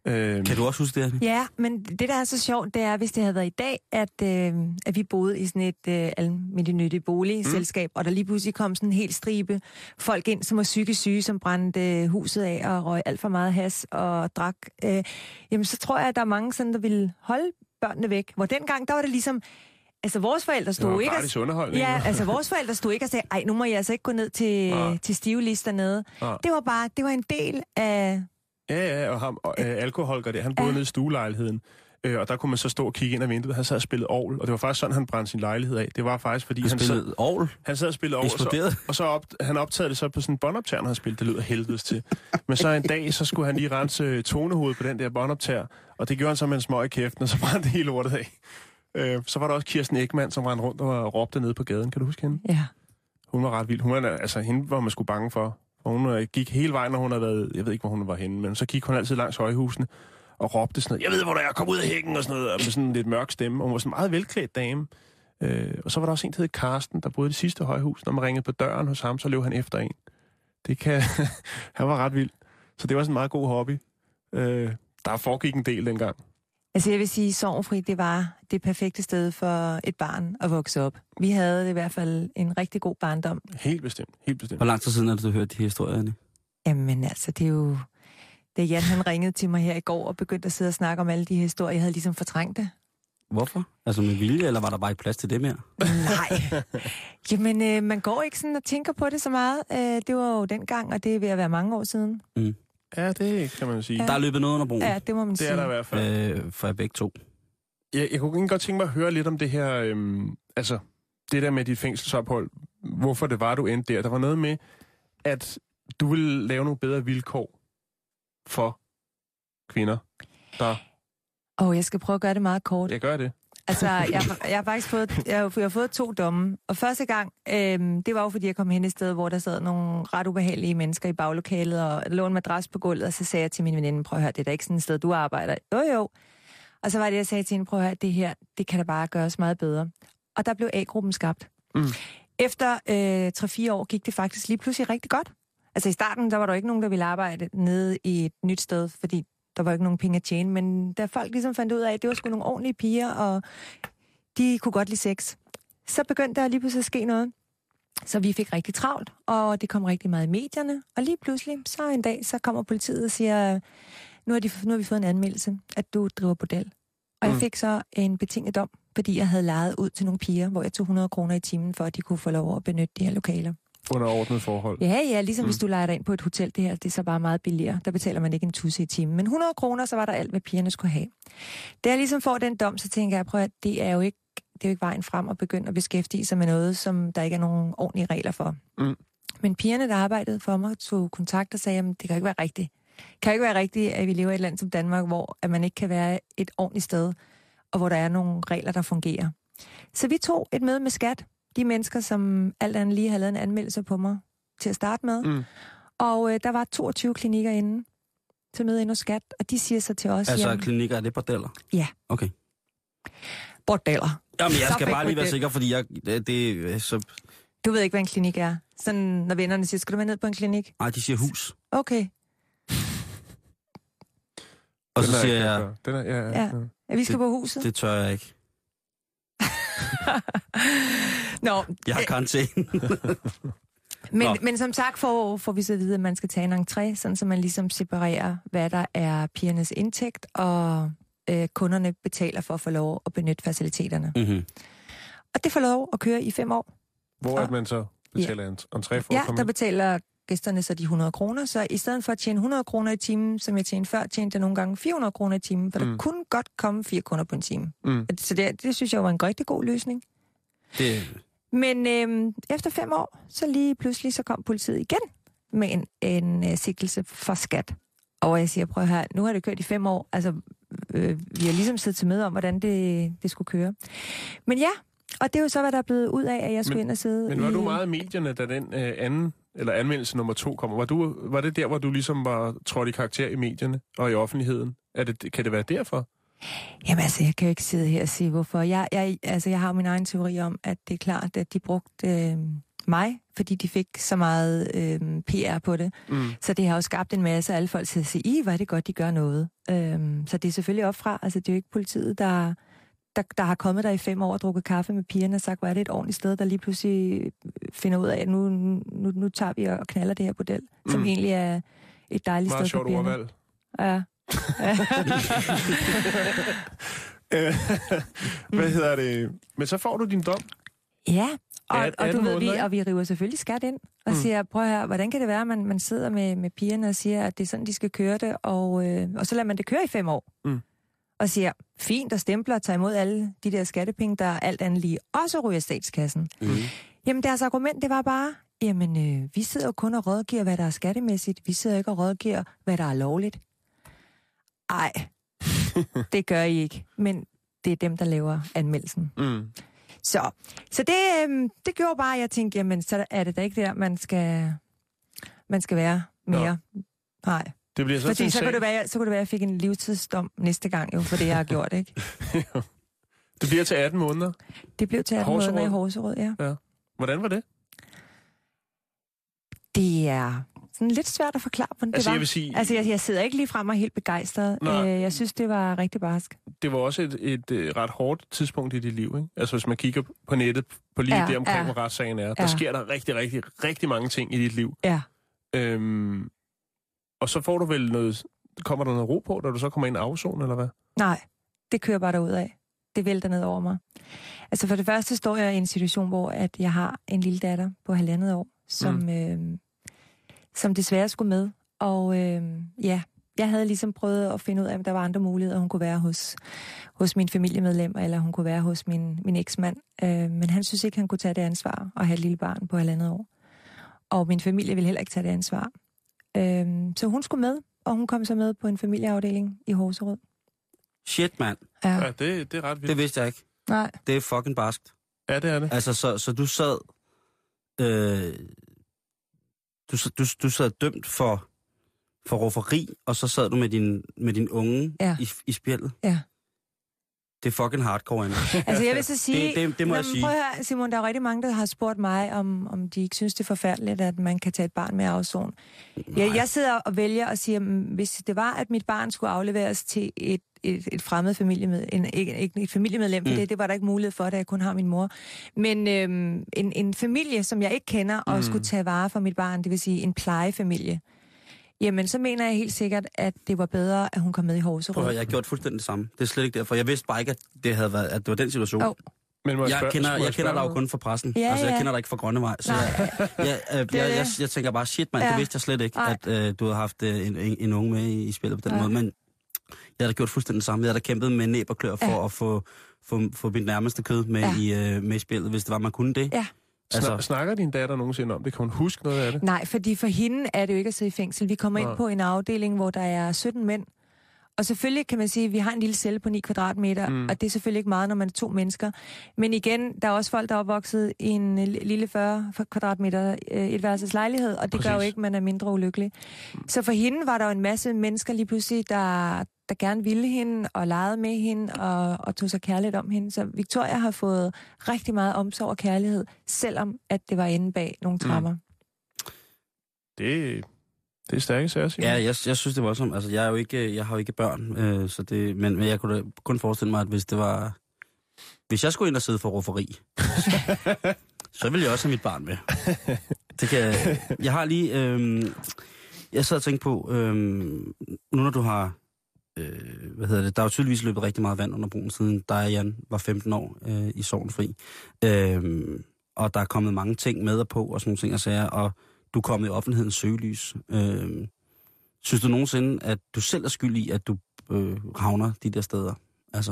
Kan du også huske det? Ja, men det, der er så sjovt, det er, hvis det havde været i dag, at vi boede i sådan et almindeligt nyttigt boligselskab, og der lige pludselig kom sådan en hel stribe folk ind, som var psykisk syge, som brændte huset af og røg alt for meget hash og drak. Jamen, så tror jeg, at der er mange sådan, der ville holde børnene væk. Hvor dengang, der var det ligesom... Altså, vores forældre stod ikke... Ja, altså, vores forældre stod ikke og sagde, ej, nu må jeg altså ikke gå ned til stivlist dernede. Det var bare... Det var en del af... Ja, og ham, alkoholker der, han boede nede i stuelejligheden, og der kunne man så stå og kigge ind ad vinduet. Han sad og spillede orgel, og det var faktisk sådan, han brændte sin lejlighed af. Det var faktisk, fordi han spillede orgel? Han sad og spillede orgel, og så han optagede det så på sådan en båndoptager, når han spillede. Det lyder helvedes til. Men så en dag, så skulle han lige rense tonehovedet på den der båndoptager, og det gjorde han så med en smøg i kæften, og så brændte hele lortet af. Så var der også Kirsten Ekman, som rendte rundt og råbte nede på gaden. Kan du huske hende? Ja. Hun var ret vild. Hun var, altså, hende var man sgu bange for. Og hun gik hele vejen, når hun havde været... Jeg ved ikke, hvor hun var henne, men så gik hun altid langs højhusene og råbte sådan noget. Jeg ved, hvor der er. Kom ud af hækken og sådan noget. Med sådan en lidt mørk stemme. Og hun var sådan en meget velklædt dame. Og så var der også en, der hed Karsten, der boede i det sidste højhus. Når man ringede på døren hos ham, så løb han efter en. Han var ret vild. Så det var sådan en meget god hobby. Der foregik en del dengang. Altså jeg vil sige, Sorgenfri, det var det perfekte sted for et barn at vokse op. Vi havde i hvert fald en rigtig god barndom. Helt bestemt, helt bestemt. Hvor lang tid siden har du hørt de historier, Annie? Jamen altså, det er jo... Det er Jan, han ringede til mig her i går og begyndte at sidde og snakke om alle de historier. Jeg havde ligesom fortrængt det. Hvorfor? Altså med vilje, eller var der bare ikke plads til det mere? Nej. Jamen, man går ikke sådan og tænker på det så meget. Det var jo dengang, og det er ved at være mange år siden. Mm. Ja, det kan man sige. Der er løbet noget under broen. Ja, det må man sige. Det er der i hvert fald. For jer begge to. Jeg kunne godt tænke mig at høre lidt om det her, altså det der med dit fængselsophold. Hvorfor det var, du endte der? Der var noget med, at du ville lave nogle bedre vilkår for kvinder, der... Jeg skal prøve at gøre det meget kort. Jeg gør det. Altså, jeg har faktisk fået 2 domme. Og første gang, det var jo fordi, jeg kom hen et sted, hvor der sad nogle ret ubehagelige mennesker i baglokalet, og lå en madras på gulvet, og så sagde jeg til min veninde, prøv at høre, det er da ikke sådan et sted, du arbejder. Jo. Og så var det, jeg sagde til hende, prøv at høre, det her, det kan da bare gøres meget bedre. Og der blev A-gruppen skabt. Mm. Efter 3-4 år gik det faktisk lige pludselig rigtig godt. Altså i starten, der var der ikke nogen, der ville arbejde nede i et nyt sted, fordi der var ikke nogen penge at tjene, men da folk ligesom fandt ud af, at det var sgu nogle ordentlige piger, og de kunne godt lide sex, så begyndte der lige pludselig at ske noget. Så vi fik rigtig travlt, og det kom rigtig meget i medierne, og lige pludselig, så en dag, så kommer politiet og siger, nu har vi fået en anmeldelse, at du driver bordel. Og jeg fik så en betinget dom, fordi jeg havde lejet ud til nogle piger, hvor jeg tog 100 kroner i timen, for at de kunne få lov at benytte de her lokaler. Under ordnet forhold. Ja, ligesom hvis du lejer dig ind på et hotel, det her, det er så bare meget billigere. Der betaler man ikke en tusse i timen. Men 100 kroner, så var der alt, hvad pigerne skulle have. Da jeg ligesom får den dom, så tænker jeg, prøv at det er jo ikke vejen frem at begynde at beskæftige sig med noget, som der ikke er nogen ordentlige regler for. Mm. Men pigerne, der arbejdede for mig, tog kontakt og sagde, at det kan ikke være rigtigt. Det kan ikke være rigtigt, at vi lever i et land som Danmark, hvor at man ikke kan være et ordentligt sted, og hvor der er nogle regler, der fungerer. Så vi tog et møde med Skat. De mennesker, som alt andet lige havde lavet en anmeldelse på mig til at starte med. Mm. Og der var 22 klinikker inde til møde inde hos Skat, og de siger så til os... Altså klinikker, er det bordeller? Ja. Okay. Bordeller. Jamen, jeg skal bare lige være sikker, fordi så... Du ved ikke, hvad en klinik er. Sådan, når vennerne siger, skal du være ned på en klinik? Nej, de siger hus. Okay. Og så siger jeg... Ja, vi skal på huset. Det tør jeg ikke. Nå. Jeg har karantæne. men som sagt får vi så at vide, at man skal tage en entré, sådan så man ligesom separerer, hvad der er pigernes indtægt, og kunderne betaler for at få lov at benytte faciliteterne. Mm-hmm. Og det får lov at køre i 5 år. Hvor man så betaler en entré for? Ja, der betaler gæsterne så de 100 kroner, så i stedet for at tjene 100 kroner i timen, som jeg tjente før, tjente jeg nogle gange 400 kroner i timen, for der kunne godt komme 4 kunder på en time. Mm. Så det synes jeg var en rigtig god løsning. Men efter 5 år, så lige pludselig, så kom politiet igen med en sigtelse for Skat. Og jeg siger, prøv her, nu har det kørt i 5 år, altså vi har ligesom siddet til møde om, hvordan det skulle køre. Men ja, og det er jo så, hvad der er blevet ud af, at jeg skulle ind og sidde. Men var du meget i medierne, da den anmeldelse nummer 2 kom? Var det der, hvor du ligesom var trådt i karakter i medierne og i offentligheden? Kan det være derfor? Jamen altså, jeg kan jo ikke sidde her og sige, hvorfor. Jeg har min egen teori om, at det er klart, at de brugte mig, fordi de fik så meget PR på det. Så det har jo skabt en masse af alle folk til at sige, hvor er det godt, de gør noget. Så det er selvfølgelig opfra. Altså, det er jo ikke politiet, der har kommet der i 5 år og drukket kaffe med pigerne og sagt, hvor er det et ordentligt sted, der lige pludselig finder ud af, at nu tager vi og knaller det her bordel, som egentlig er et dejligt sted for pigerne. Meget sjovt ordvalg. Ja. Hvad hedder det? Men så får du din dom. Ja, og du ved, måneder, vi river selvfølgelig skat ind og siger, prøv her, hvordan kan det være, at man sidder med pigerne og siger, at det er sådan, de skal køre det, og så lader man det køre i 5 år. Og siger, fint, og stempler og tager imod alle de der skattepenge, der alt andet lige også ryger statskassen. Jamen, deres argument, det var bare, jamen, vi sidder jo kun og rådgiver, hvad der er skattemæssigt. Vi sidder ikke og rådgiver, hvad der er lovligt. Ej, det gør I ikke. Men det er dem, der laver anmeldelsen. Så det gjorde bare, at jeg tænkte, jamen, så er det da ikke der, man skal være mere. Nej. Det bliver fordi så kunne det være, at jeg fik en livstidsdom næste gang, jo, for det, jeg har gjort, ikke? Det bliver til 18 måneder? Det blev til 18 måneder i Horserød, ja. Hvordan var det? Det er sådan lidt svært at forklare, hvordan det var. Jeg vil sige... Altså, jeg sidder ikke lige frem og helt begejstret. Jeg synes, det var rigtig barsk. Det var også et ret hårdt tidspunkt i dit liv, ikke? Altså, hvis man kigger på nettet, på lige det omkring, hvor retssagen er, der sker der rigtig, rigtig, rigtig mange ting i dit liv. Ja. Og så får du vel noget... Kommer der noget ro på, da du så kommer ind i afsonen, eller hvad? Nej, det kører bare derud af. Det vælter ned over mig. Altså, for det første står jeg i en situation, hvor at jeg har en lille datter på 1,5 år, som desværre skulle med. Og jeg havde ligesom prøvet at finde ud af, om der var andre muligheder. Hun kunne være hos min familiemedlem, eller hun kunne være hos min eksmand. Men han synes ikke, han kunne tage det ansvar at have et lille barn på 1,5 år. Og min familie ville heller ikke tage det ansvar. Så hun skulle med, og hun kom så med på en familieafdeling i Horserød. Shit, mand. Ja, det er ret vildt. Det vidste jeg ikke. Nej. Det er fucking barskt. Ja, det er det. Altså, så du sad... Du sad dømt for rufferi, og så sad du med din unge i spjældet. Ja. Det er fucking hardcore, Anna. Altså, jeg vil så sige... Det må jeg sige. Prøv at høre, Simon, der er rigtig mange, der har spurgt mig, om de ikke synes, det er forfærdeligt, at man kan tage et barn med afson. Jeg sidder og vælger og siger, hvis det var, at mit barn skulle afleveres til et fremmed familiemedlem, ikke et familiemedlem, for det var der ikke mulighed for, da jeg kun har min mor. Men en familie, som jeg ikke kender, og skulle tage vare for mit barn, det vil sige en plejefamilie, jamen, så mener jeg helt sikkert, at det var bedre, at hun kom med i Horserød. Jeg har gjort fuldstændig det samme. Det er slet ikke derfor. Jeg vidste bare ikke, at det var den situation. Oh. Men jeg kender dig jo kun fra pressen. Ja, altså, jeg kender dig ikke fra Grønnevej. Så jeg tænker bare, shit, mand, det vidste jeg slet ikke, at du havde haft en unge med i spillet på den måde. Men jeg har da gjort fuldstændig det samme. Jeg har da kæmpet med næb og klør for at få mit nærmeste kød med i spillet, hvis det var, man kunne det. Ja. Altså, snakker din datter nogensinde om det? Kan hun huske noget af det? Nej, fordi for hende er det jo ikke at sidde i fængsel. Vi kommer ind på en afdeling, hvor der er 17 mænd. Og selvfølgelig kan man sige, at vi har en lille celle på 9 kvadratmeter, og det er selvfølgelig ikke meget, når man er 2 mennesker. Men igen, der er også folk, der er opvokset i en lille 40 kvadratmeter etværelses lejlighed, og det gør jo ikke, at man er mindre ulykkelig. Så for hende var der jo en masse mennesker lige pludselig, der gerne ville hende og legede med hende og tog sig kærligt om hende. Så Victoria har fået rigtig meget omsorg og kærlighed, selvom at det var inde bag nogle trapper. Det er stærke sager, siger jeg. Ja, jeg synes, det var sådan. Altså, jeg har jo ikke børn, så det, men jeg kunne kun forestille mig, at hvis jeg skulle ind og sidde for rufferi, så ville jeg også have mit barn med. Jeg har lige... jeg sad og tænkte på, nu når du har... der er jo tydeligvis løbet rigtig meget vand under broen, siden dig og Jan var 15 år i Sorgenfri. Og der er kommet mange ting med og på, og sådan nogle ting og sager, og du er kommet i offentlighedens søgelys. Synes du nogensinde, at du selv er skyld i, at du havner de der steder? Altså...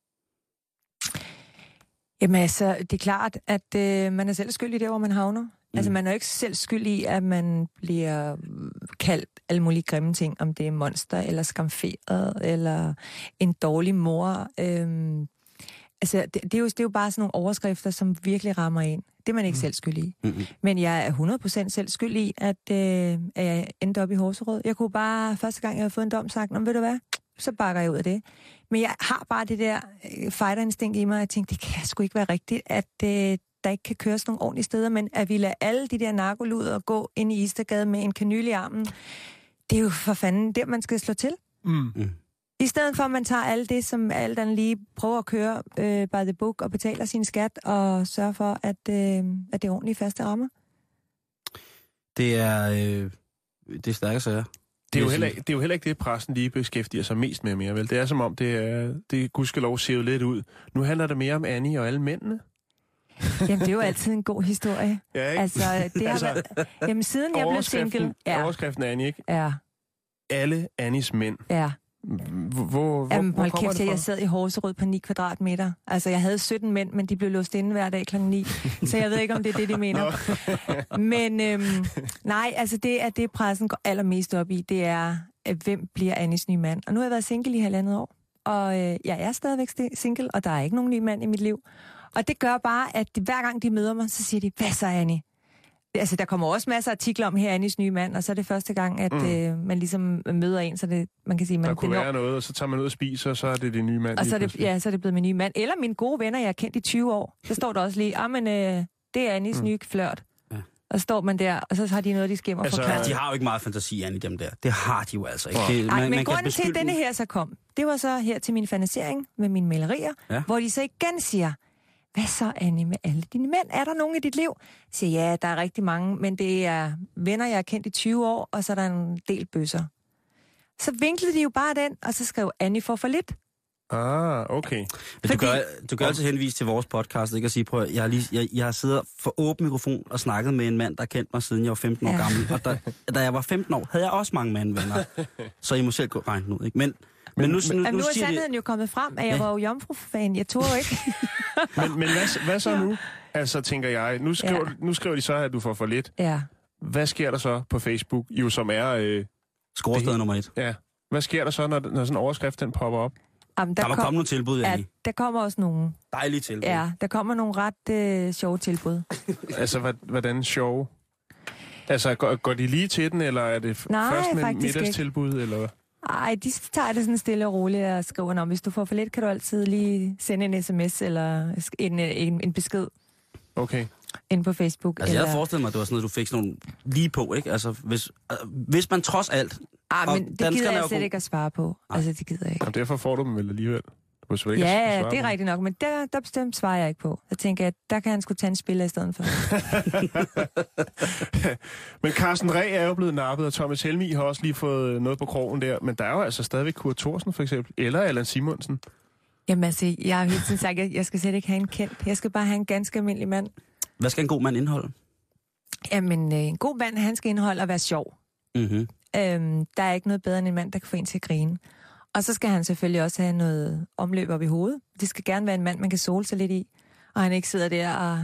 Jamen altså, det er klart, at man er selv skyld i det, hvor man havner. Altså, man er jo ikke selv skyld i, at man bliver kaldt alle mulige grimme ting, om det er monster, eller skamferet, eller en dårlig mor. Altså, det er jo bare sådan nogle overskrifter, som virkelig rammer ind. Det er man ikke selv skyld i. Men jeg er 100% selv skyld i, at jeg endte op i Horserød. Jeg kunne bare, første gang jeg havde fået en dom, sagt, ved du hvad, så bakker jeg ud af det. Men jeg har bare det der fighterinstinkt i mig, og jeg tænkte, det kan sgu ikke være rigtigt, at der ikke kan køres nogle ordentlige steder, men at vi lader alle de der narkoluder gå ind i Istergade med en kanyle i armen, det er jo for fanden der, man skal slå til. I stedet for, at man tager alt det, som alt andet lige prøver at køre by the book og betaler sin skat og sørger for, at det er ordentligt faste rammer. Det er stærke sager. Det er jo heller ikke det, pressen lige beskæftiger sig mest med mere, vel? Det er som om, det er gudskelov ser lidt ud. Nu handler det mere om Annie og alle mændene. Jamen, det er jo altid en god historie. Ja, ikke? Altså, det har været... Jamen, siden jeg blev single... Overskriften er Annie, ikke? Ja. Alle Annies mænd. Ja. Hvor Jamen, kommer kæft, det fra? jeg sad i Horserød på 9 kvadratmeter. Altså, jeg havde 17 mænd, men de blev låst inde hver dag kl. 9. Så jeg ved ikke, om det er det, de mener. Men nej, altså det er det, pressen går allermest op i. Det er, hvem bliver Annies nye mand? Og nu har jeg været single i 1,5 år. Og jeg er stadigvæk single, og der er ikke nogen ny mand i mit liv. Og det gør bare, at hver gang de møder mig, så siger de, hvad så, Annie? Altså, der kommer også masser af artikler om her Annies nye mand, og så er det første gang, at man ligesom møder en, så det, man kan sige... Man, der kunne være noget, og så tager man ud og spiser, og så er det nye mand. Og så er det, så er det blevet min nye mand. Eller mine gode venner, jeg har kendt i 20 år. Så står der også lige, men det er Annies nye flørt. Ja. Og så står man der, og så har de noget, de skimmer for klart. De har jo ikke meget fantasi, Annie, dem der. Det har de jo altså ikke. Men grunden til, at denne her så kom, det var så her til min fanisering med mine malerier, hvor de så igen siger... Hvad så, Annie, med alle dine mænd? Er der nogen i dit liv? Jeg siger, ja, der er rigtig mange, men det er venner, jeg har kendt i 20 år, og så er der en del bøsser. Så vinklede de jo bare den, og så skrev Annie for lidt. Okay. Men du gør altså henvise til vores podcast, ikke at sige, prøv, jeg har siddet for åben mikrofon og snakket med en mand, der kendte mig siden jeg var 15 år gammel. Og da jeg var 15 år, havde jeg også mange mandvenner. Så I må selv gå regne ud, ikke? Men nu er sandheden jo kommet frem, at jeg var jo jomfru-fan. Jeg tog ikke. men hvad så nu? Altså, tænker jeg, nu skriver de så, at du får for lidt. Ja. Hvad sker der så på Facebook, jo som er... Scorested nummer 1. Ja. Hvad sker der så, når sådan en overskrift, den popper op? Jamen, der må komme nogle tilbud, ja, der kommer også nogle... Dejlige tilbud. Ja, der kommer nogle ret sjove tilbud. Altså, hvordan sjove? Altså, går de lige til den, eller er det først med middagstilbud, eller... Ej, de tager det sådan stille og roligt og skriver, hvis du får for lidt, kan du altid lige sende en sms eller en besked. Okay. Inde på Facebook. Altså, jeg havde forestillet mig, at det var sådan noget, du fik sådan nogle lige på, ikke? Altså, hvis man trods alt... men det gider jeg slet ikke at svare på. Altså, det gider jeg ikke. Jamen, derfor får du dem vel alligevel. Ja, det er rigtigt nok, men der bestemt svarer jeg ikke på. Jeg tænker, at der kan han sgu tage en spiller i stedet for. Men Carsten Reh er jo blevet nappet, og Thomas Helmig har også lige fået noget på krogen der. Men der er jo altså stadigvæk Kurt Thorsen, for eksempel, eller Allan Simonsen. Jamen altså, jeg har helt tiden sagt, at jeg skal slet ikke have en kendt. Jeg skal bare have en ganske almindelig mand. Hvad skal en god mand indeholde? Jamen, en god mand, han skal indeholde at være sjov. Mm-hmm. Der er ikke noget bedre end en mand, der kan få en til at grine. Og så skal han selvfølgelig også have noget omløb op i hovedet. Det skal gerne være en mand, man kan sole sig lidt i. Og han ikke sidder der og...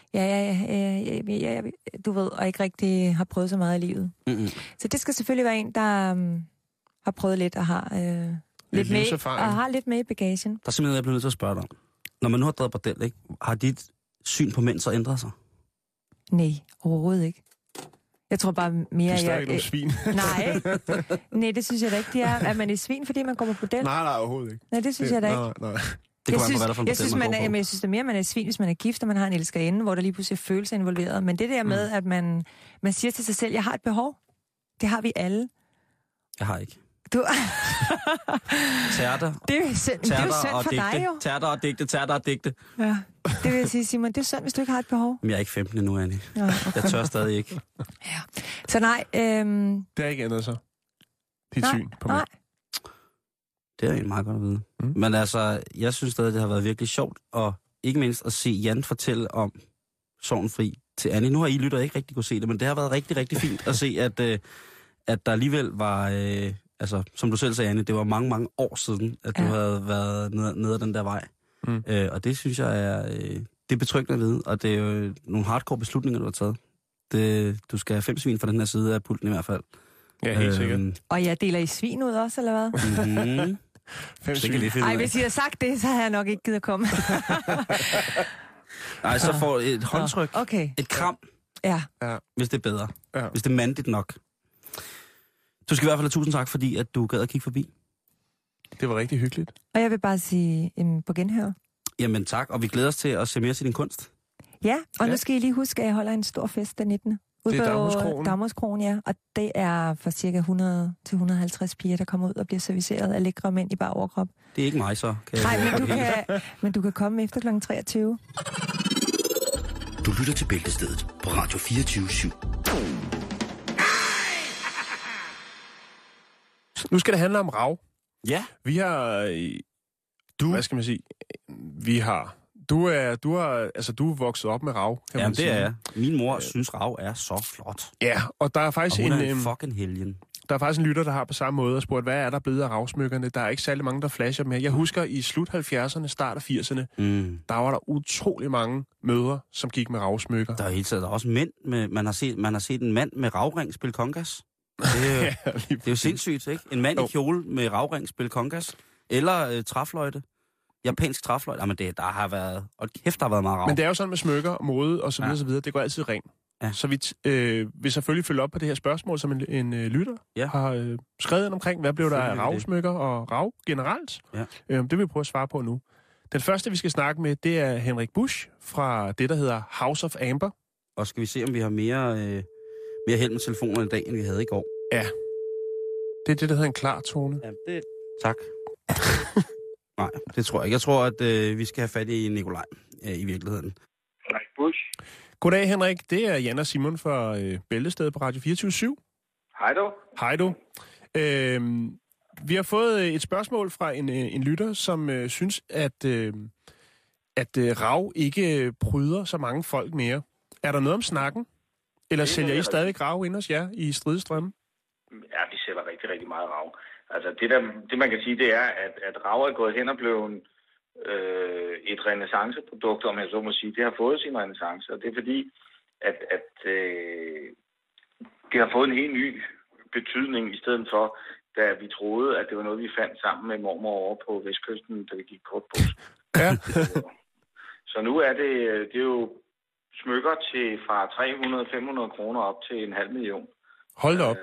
Ja, du ved, og ikke rigtig har prøvet så meget i livet. Mm-hmm. Så det skal selvfølgelig være en, der har prøvet lidt og har lidt med, og har lidt med i bagagen. Der er simpelthen, jeg bliver nødt til at spørge dig. Når man nu har drevet bordel, ikke? Har dit syn på mænd så ændret sig? Nej, overhovedet ikke. Jeg tror bare mere... Det er ikke nogen svin. Nej, det synes jeg da ikke. Det er, at man er svin, fordi man går på bordel. Nej, overhovedet ikke. Nej, det synes jeg da ikke. Nej. Det kunne være, for en bordel, man går på. Jeg synes da mere, at man er svin, hvis man er gift, og man har en elskerinde, hvor der lige pludselig er følelser involveret. Men det der med, at man siger til sig selv, jeg har et behov. Det har vi alle. Jeg har ikke. Du... Tærter. Det er jo synd for dig, jo. Tærter og digte. Ja, det vil jeg sige, Simon. Det er synd, hvis du ikke har et behov. Men jeg er ikke 15 endnu, Annie. Ja, okay. Jeg tør stadig ikke. Ja. Så nej... Det er ikke ændret så. Dit syn på mig. Det er egentlig meget godt at vide. Men altså, jeg synes stadig, det har været virkelig sjovt, og ikke mindst at se Jan fortælle om Sorgenfri til Annie. Nu har I lytter ikke rigtig kunne se det, men det har været rigtig, rigtig fint at se, at der alligevel var... altså, som du selv sagde, Annie, det var mange, mange år siden, at du havde været nede ad den der vej. Og det synes jeg er... det er betryggende at vide, og det er jo nogle hardcore beslutninger, du har taget. Du skal have 5 svin fra den her side af pulten i hvert fald. Ja, helt sikkert. Og jeg deler I svin ud også, eller hvad? Mm-hmm. 5 svin. Ej, hvis I har sagt det, så har jeg nok ikke givet at komme. Nej, så får et håndtryk, et kram, hvis det er bedre. Ja. Hvis det er mandigt nok. Du skal i hvert fald have 1000 tak, fordi at du gad at kigge forbi. Det var rigtig hyggeligt. Og jeg vil bare sige på genhør. Jamen tak, og vi glæder os til at se mere til din kunst. Ja, og nu skal I lige huske, at jeg holder en stor fest den 19. Det er Dagmarskroen, ja. Og det er for cirka 100-150 piger, der kommer ud og bliver serviceret af lækre mænd i bare overkrop. Det er ikke mig så. Men du kan komme efter kl. 23. Du lytter til Bæltestedet på Radio 24/7. Nu skal det handle om rav. Ja. Vi har... Hvad skal man sige? Vi har... Du er vokset op med rav, kan man sige. Det er jeg. Min mor synes, rav er så flot. Ja, og der er faktisk og hun er en fucking helgen. Der er faktisk en lytter, der har på samme måde og spurgt, hvad er der blevet af ravsmykkerne? Der er ikke særlig mange, der flasher med. Jeg husker i slut 70'erne, start af 80'erne, der var der utrolig mange mødre, som gik med ravsmykker. Der er helt sikkert også mænd med... Man har set en mand med ravring spille kongas. Det er jo sindssygt, ikke? En mand i kjole med ravring spille kongas. Eller træfløjte. Japansk træfløjte. Jamen der har været... Og kæft, der har været meget rav. Men det er jo sådan med smykker og mode og så videre, så videre. Det går altid ring. Ja. Så vi vil selvfølgelig følge op på det her spørgsmål, som en lytter har skrevet ind omkring. Hvad blev der af ravsmykker og rav generelt? Ja. Det vil vi prøve at svare på nu. Den første, vi skal snakke med, det er Henrik Busch fra det, der hedder House of Amber. Og skal vi se, om vi har mere held med telefoner i dag, end vi havde i går? Ja. Det er det, der hedder en klar tone. Ja, det... Tak. Nej, det tror jeg ikke. Jeg tror, at vi skal have fat i Nikolaj i virkeligheden. Henrik Busch. Goddag, Henrik. Det er Jan og Simon fra Bæltestedet på Radio 24/7. Hej du. Hej du. Vi har fået et spørgsmål fra en lytter, som synes, at rav ikke pryder så mange folk mere. Er der noget om snakken? Eller sælger I stadig rav ind hos jer i Stridestrømme? Ja, vi sælger rigtig, rigtig meget rav. Altså det man kan sige, det er, at rav er gået hen og blevet et renaissanceprodukt, om jeg så må sige. Det har fået sin renaissance, og det er fordi, at det har fået en helt ny betydning, i stedet for, da vi troede, at det var noget, vi fandt sammen med mormor over på Vestkysten, da vi gik kort på. Ja. Så nu er det er jo smykker til fra 300-500 kroner op til 500.000. Hold da op.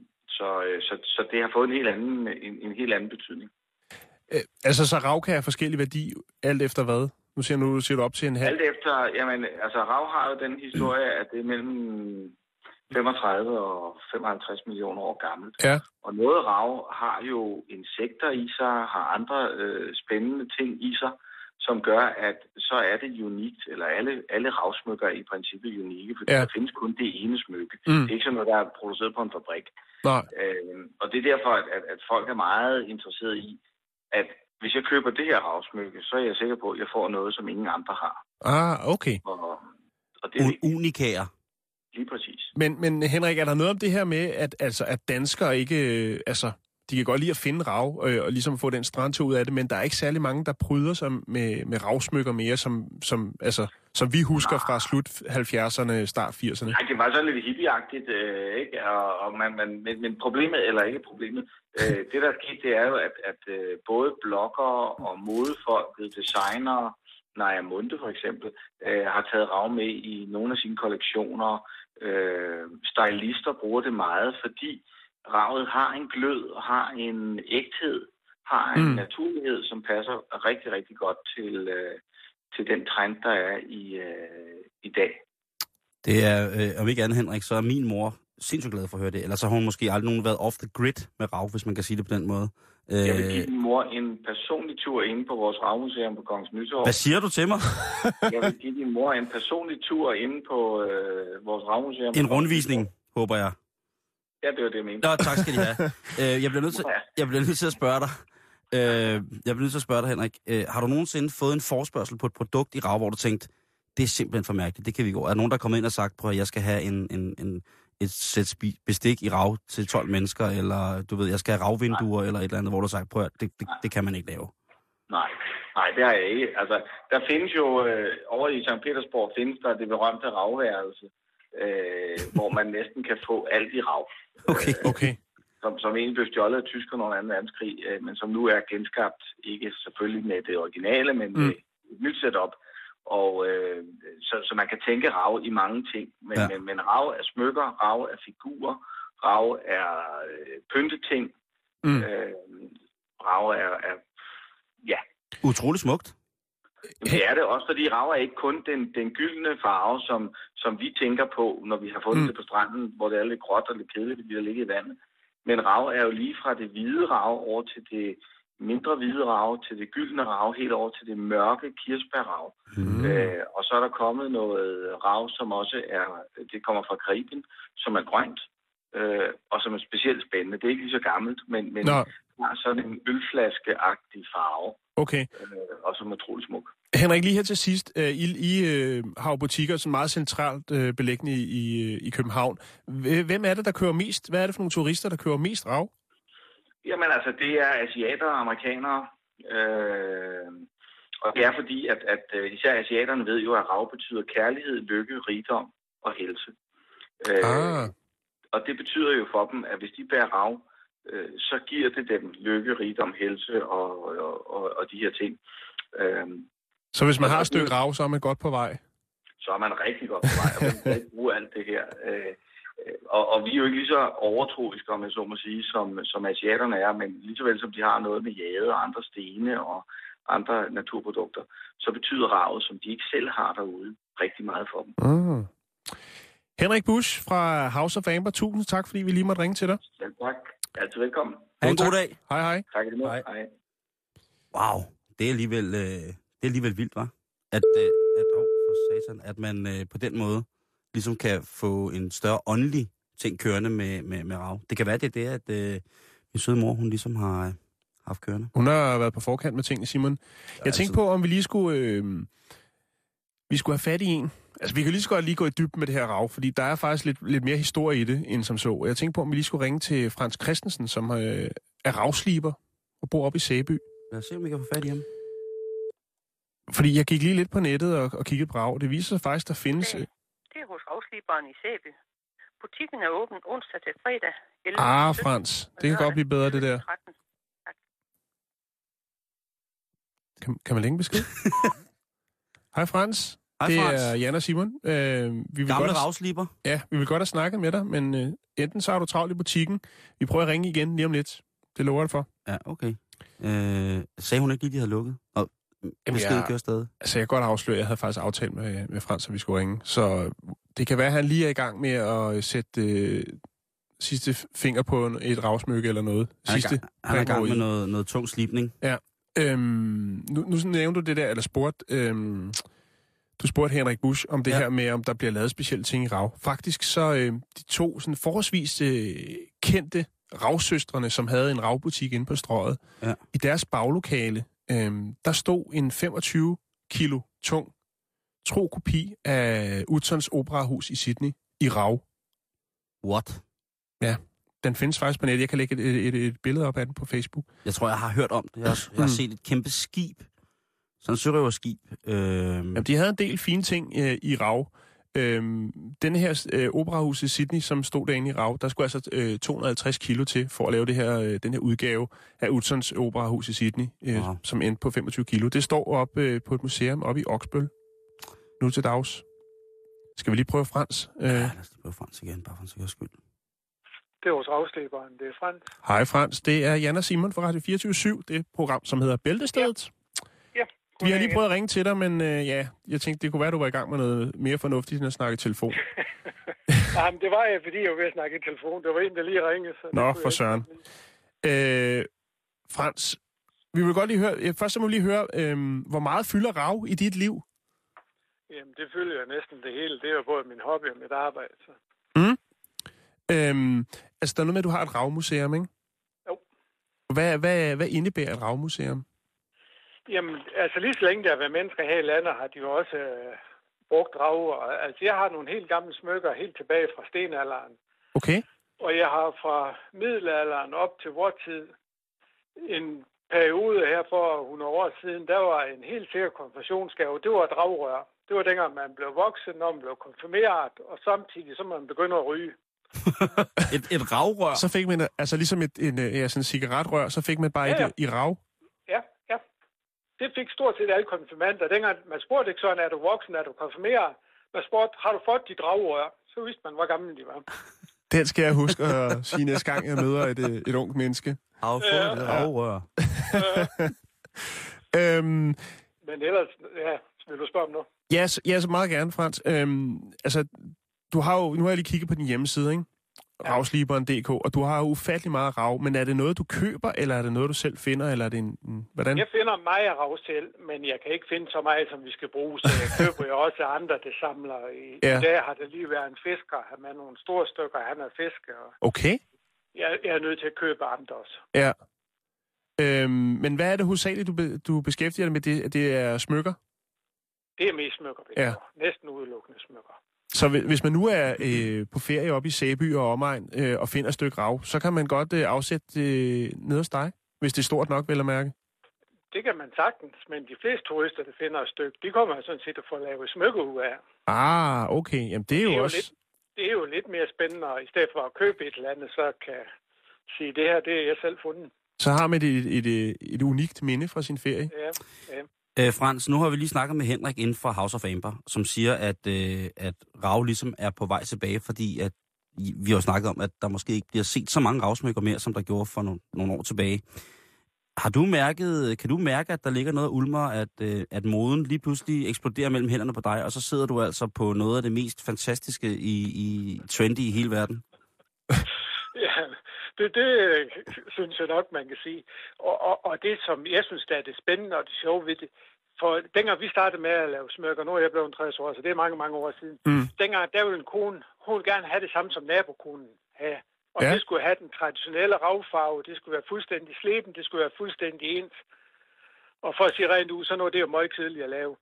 Så det har fået en helt anden betydning. Altså, så rav kan have forskellig værdi, alt efter hvad? Nu siger du op til 1,5. Alt efter, jamen, altså rav har jo den historie, at det er mellem 35 og 55 millioner år gammelt. Ja. Og noget rav har jo insekter i sig, har andre spændende ting i sig, som gør, at så er det unikt, eller alle ravsmykker er i princippet unikke, fordi der findes kun det ene smykke. Det er ikke sådan noget, der er produceret på en fabrik. Og det er derfor, at folk er meget interesseret i, at hvis jeg køber det her ravsmykke, så er jeg sikker på, at jeg får noget, som ingen andre har. Okay. Og det er unikære. Lige præcis. Men Henrik, er der noget om det her med, at danskere ikke... de kan godt lide at finde rav og ligesom få den strandtur ud af det, men der er ikke særlig mange, der pryder sig med ravsmykker mere, som vi husker fra slut 70'erne, start 80'erne. Nej, det var sådan lidt hippieagtigt, ikke? Men problemet, eller ikke problemet, det der er sket, det er jo, at både bloggere og modefolk, designere, Naja Munde for eksempel, har taget rav med i nogle af sine kollektioner. Stylister bruger det meget, fordi ravet har en glød, har en ægthed, har en naturlighed, som passer rigtig, rigtig godt til den trend, der er i dag. Det er, om ikke andet, Henrik, så er min mor sindssygt glad for at høre det. Ellers så har hun måske aldrig nogen været off the grid med rav, hvis man kan sige det på den måde. Jeg vil give min mor en personlig tur inde på vores ravmuseum på Kongens Nytorv. Hvad siger du til mig? Jeg vil give din mor en personlig tur inde på vores ravmuseum. En rundvisning, håber jeg. Ja, det var det, jeg mente. Nå, tak skal de have. Jeg bliver nødt til at spørge dig. Henrik. Har du nogensinde fået en forespørgsel på et produkt i rav, hvor du tænkte, det er simpelthen for mærkeligt, det kan vi gå. Er der nogen, der er kommet ind og sagt, prøv at jeg skal have et sæt bestik i rav til 12 mennesker, eller du ved, jeg skal have ravvinduer, eller et eller andet, hvor du har sagt, prøv at det kan man ikke lave? Nej, det har jeg ikke. Altså, der findes jo, over i St. Petersborg findes der det berømte ravværelse, hvor man næsten kan få alt i rav. Okay. Som egentlig blev stjålet af tyskerne under 2. verdenskrig, men som nu er genskabt, ikke selvfølgelig med det originale, men med et nyt setup. Og så man kan tænke rav i mange ting, men rav er smykker, rav er figurer, rav er pynteting, rav er utrolig smukt. Det er det også, fordi rav er ikke kun den gyldne farve, som vi tænker på, når vi har fundet det på stranden, hvor det er lidt gråt og lidt kedeligt, fordi der ligger i vandet. Men rav er jo lige fra det hvide rav over til det mindre hvide rav, til det gyldne rav, helt over til det mørke kirsebærrav. Og så er der kommet noget rav, som også det kommer fra Karibien, som er grønt, og som er specielt spændende. Det er ikke lige så gammelt, men har sådan en ølflaskeagtig farve. Okay. Og som er utrolig smuk. Henrik, lige her til sidst. I har jo butikker, som er meget centralt beliggende i København. Hvem er det, der kører mest? Hvad er det for nogle turister, der kører mest rav? Jamen altså, det er asiater og amerikanere. Og det er fordi, at især asiaterne ved jo, at rav betyder kærlighed, lykke, rigdom og helse. Og det betyder jo for dem, at hvis de bærer rav, så giver det dem lykke, rigdom, helse og de her ting. Så hvis man har et stykke rav, så er man godt på vej? Så er man rigtig godt på vej, og man kan ikke bruge alt det her. Og vi er jo ikke lige så overtroiske, om jeg så må sige, som asiaterne er, men lige så vel som de har noget med jade og andre stene og andre naturprodukter, så betyder ravet, som de ikke selv har derude, rigtig meget for dem. Henrik Busch fra House of Amber, tusind tak, fordi vi lige måtte ringe til dig. Selv tak. Altid velkommen. Ha' en god dag. Hej, hej. Tak i lige måde. Hej. Wow, det er alligevel vildt, hva'? At man på den måde ligesom kan få en større åndelig ting kørende med rav. Det kan være, det er det, at min søde mor, hun ligesom har haft kørende. Hun har været på forkant med tingene, Simon. Jeg tænkte på, om vi lige skulle have fat i en. Altså, vi kan lige så godt gå i dybden med det her rav, fordi der er faktisk lidt mere historie i det, end som så. Jeg tænkte på, om vi lige skulle ringe til Frans Christensen, som er ravsliber og bor oppe i Sæby. Lad os se, om vi kan få fat i ham. Fordi jeg gik lige lidt på nettet og kiggede på rav. Det viser sig faktisk, der findes... Det er hos ravsliberen i Sæby. Butikken er åben onsdag til fredag. Frans. Det kan godt blive bedre, det der. Kan man længe besked? Hej, Frans. Det er Jan og Simon. Gamle ravsliber. Ja, vi vil godt have snakket med dig, men enten så er du travlt i butikken. Vi prøver at ringe igen lige om lidt. Det lover jeg for. Ja, okay. Sagde hun ikke lige, de havde lukket? Besked gør stadig. Altså, jeg kan godt afsløre, at jeg havde faktisk aftalt med Frans, at vi skulle ringe. Så det kan være, at han lige er i gang med at sætte sidste finger på et ravsmykke eller noget. Han er i gang med noget tung slipning. Ja. Nu nævnte du det der, eller spurgte... Du spurgte Henrik Busch om det her med, om der bliver lavet specielle ting i rav. Faktisk så de to sådan forholdsvis kendte ravsøstrene, som havde en ravbutik inde på Strøget, i deres baglokale, der stod en 25 kilo tung tro kopi af Utzons Operahus i Sydney i rav. What? Ja, den findes faktisk på nettet. Jeg kan lægge et billede op af den på Facebook. Jeg tror, jeg har hørt om det. Jeg har set et kæmpe skib. Sådan et sørøverskib. Jamen, de havde en del fine ting i rav. Den her operahus i Sydney, som stod derinde i rav, der skulle altså 250 kilo til for at lave den her udgave af Utzons Operahus i Sydney, som endte på 25 kilo. Det står oppe på et museum oppe i Oksbøl. Nu til dags. Skal vi lige prøve Frans? Ja, lad os lige prøve Frans igen, bare for en sikkerheds skyld. Det er hos ravsliberen. Det er Frans. Hej Frans, det er Jan og Simon fra Radio 24/7. Det er et program, som hedder Bæltestedet. Ja. Vi har lige prøvet at ringe til dig, men jeg tænkte, det kunne være, at du var i gang med noget mere fornuftigt, end at snakke i telefon. Jamen, det var jeg, fordi jeg var ved at snakke i telefon. Det var en, der lige ringede. Nå, for søren. Frans, vi vil godt lige høre... Først må vi lige høre, hvor meget fylder rav i dit liv? Jamen, det fylder jeg næsten det hele. Det er jo både min hobby og mit arbejde, så... Altså, der er noget med, at du har et ravmuseum, ikke? Jo. Hvad indebærer et ravmuseum? Jamen, altså lige så længe der har været mennesker her i landet, har de jo også brugt rav. Altså, jeg har nogle helt gamle smykker helt tilbage fra stenalderen. Okay. Og jeg har fra middelalderen op til vor tid en periode her for 100 år siden, der var en helt sikker konfirmationsgave. Det var et ravrør. Det var dengang, man blev voksen, når man blev konfirmeret, og samtidig så man begynder at ryge. et ravrør? Så fik man, altså ligesom sådan en cigaretrør, så fik man bare et i rav? Ja. Det fik stort set alle konfirmander. Dengang man spurgte ikke sådan, er du voksen, er du konfirmeret? Man spurgte, har du fået dit ravrør? Så vidste man, hvor gammel de var. Den skal jeg huske at sige næste gang, jeg møder et ungt menneske. Har du fået et ravrør? Men ellers, ja, vil du spørge om noget? Ja, så meget gerne, Frans. Altså, nu har jeg lige kigget på din hjemmeside, ikke? Ravsliberen.dk, og du har jo ufattelig meget rav, men er det noget, du køber, eller er det noget, du selv finder, eller er det hvordan? Jeg finder meget rav selv, men jeg kan ikke finde så meget, som vi skal bruge, så jeg køber jo også andre, der samler. I dag har det lige været en fisker, han med nogle store stykker, han er fisker. Okay. Jeg er nødt til at købe andre også. Ja. Men hvad er det hovedsageligt, du beskæftiger dig med? Det er smykker? Det er mest smykker, næsten udelukkende smykker. Så hvis man nu er på ferie oppe i Sæby og omegn og finder et stykke rav, så kan man godt afsætte ned hos dig, hvis det er stort nok, vel at mærke? Det kan man sagtens, men de fleste turister, der finder et stykke, de kommer sådan set at få lavet smykker ud af. Okay. Jamen det er jo også... Det er jo lidt mere spændende, og i stedet for at købe et eller andet, så kan sige, det her, det er jeg selv fundet. Så har man et unikt minde fra sin ferie. Ja. Frans, nu har vi lige snakket med Henrik inden fra House of Amber, som siger, at rav ligesom er på vej tilbage, fordi at vi har jo snakket om, at der måske ikke bliver set så mange ravsmykker mere, som der gjorde for nogle år tilbage. Kan du mærke, at der ligger noget ulmer, at moden lige pludselig eksploderer mellem hænderne på dig, og så sidder du altså på noget af det mest fantastiske i trendy i hele verden? Ja, det synes jeg nok, man kan sige. Og det, som jeg synes, der er det spændende og det sjove ved det, for dengang vi startede med at lave smykker, nu er jeg blevet 60 år, så det er mange, mange år siden. Dengang, der ville en kone, hun ville gerne have det samme som nabokonen have. Og det skulle have den traditionelle ravfarve, det skulle være fuldstændig sleben, det skulle være fuldstændig ens. Og for at sige rent ud, så nu er det jo meget kedeligt at lave.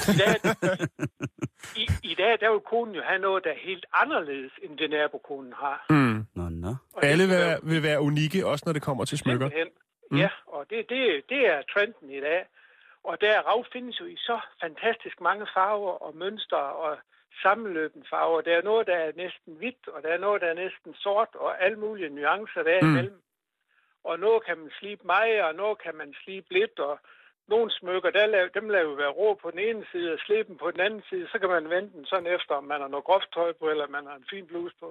I dag, der vil konen jo have noget, der er helt anderledes, end det nabokonen har. Nå. Alle vil være unikke, også når det kommer til smykker. Ja, og det er trenden i dag. Og der rav findes jo i så fantastisk mange farver og mønstre og sammenløbende farver. Der er noget, der er næsten hvidt, og der er noget, der er næsten sort, og alle mulige nuancer der imellem. Og noget kan man slibe meget, og noget kan man slibe lidt, og nogle smykker, dem lader jo være rå på den ene side, og slibe på den anden side. Så kan man vente den sådan efter, om man har noget groft tøj på, eller man har en fin bluse på.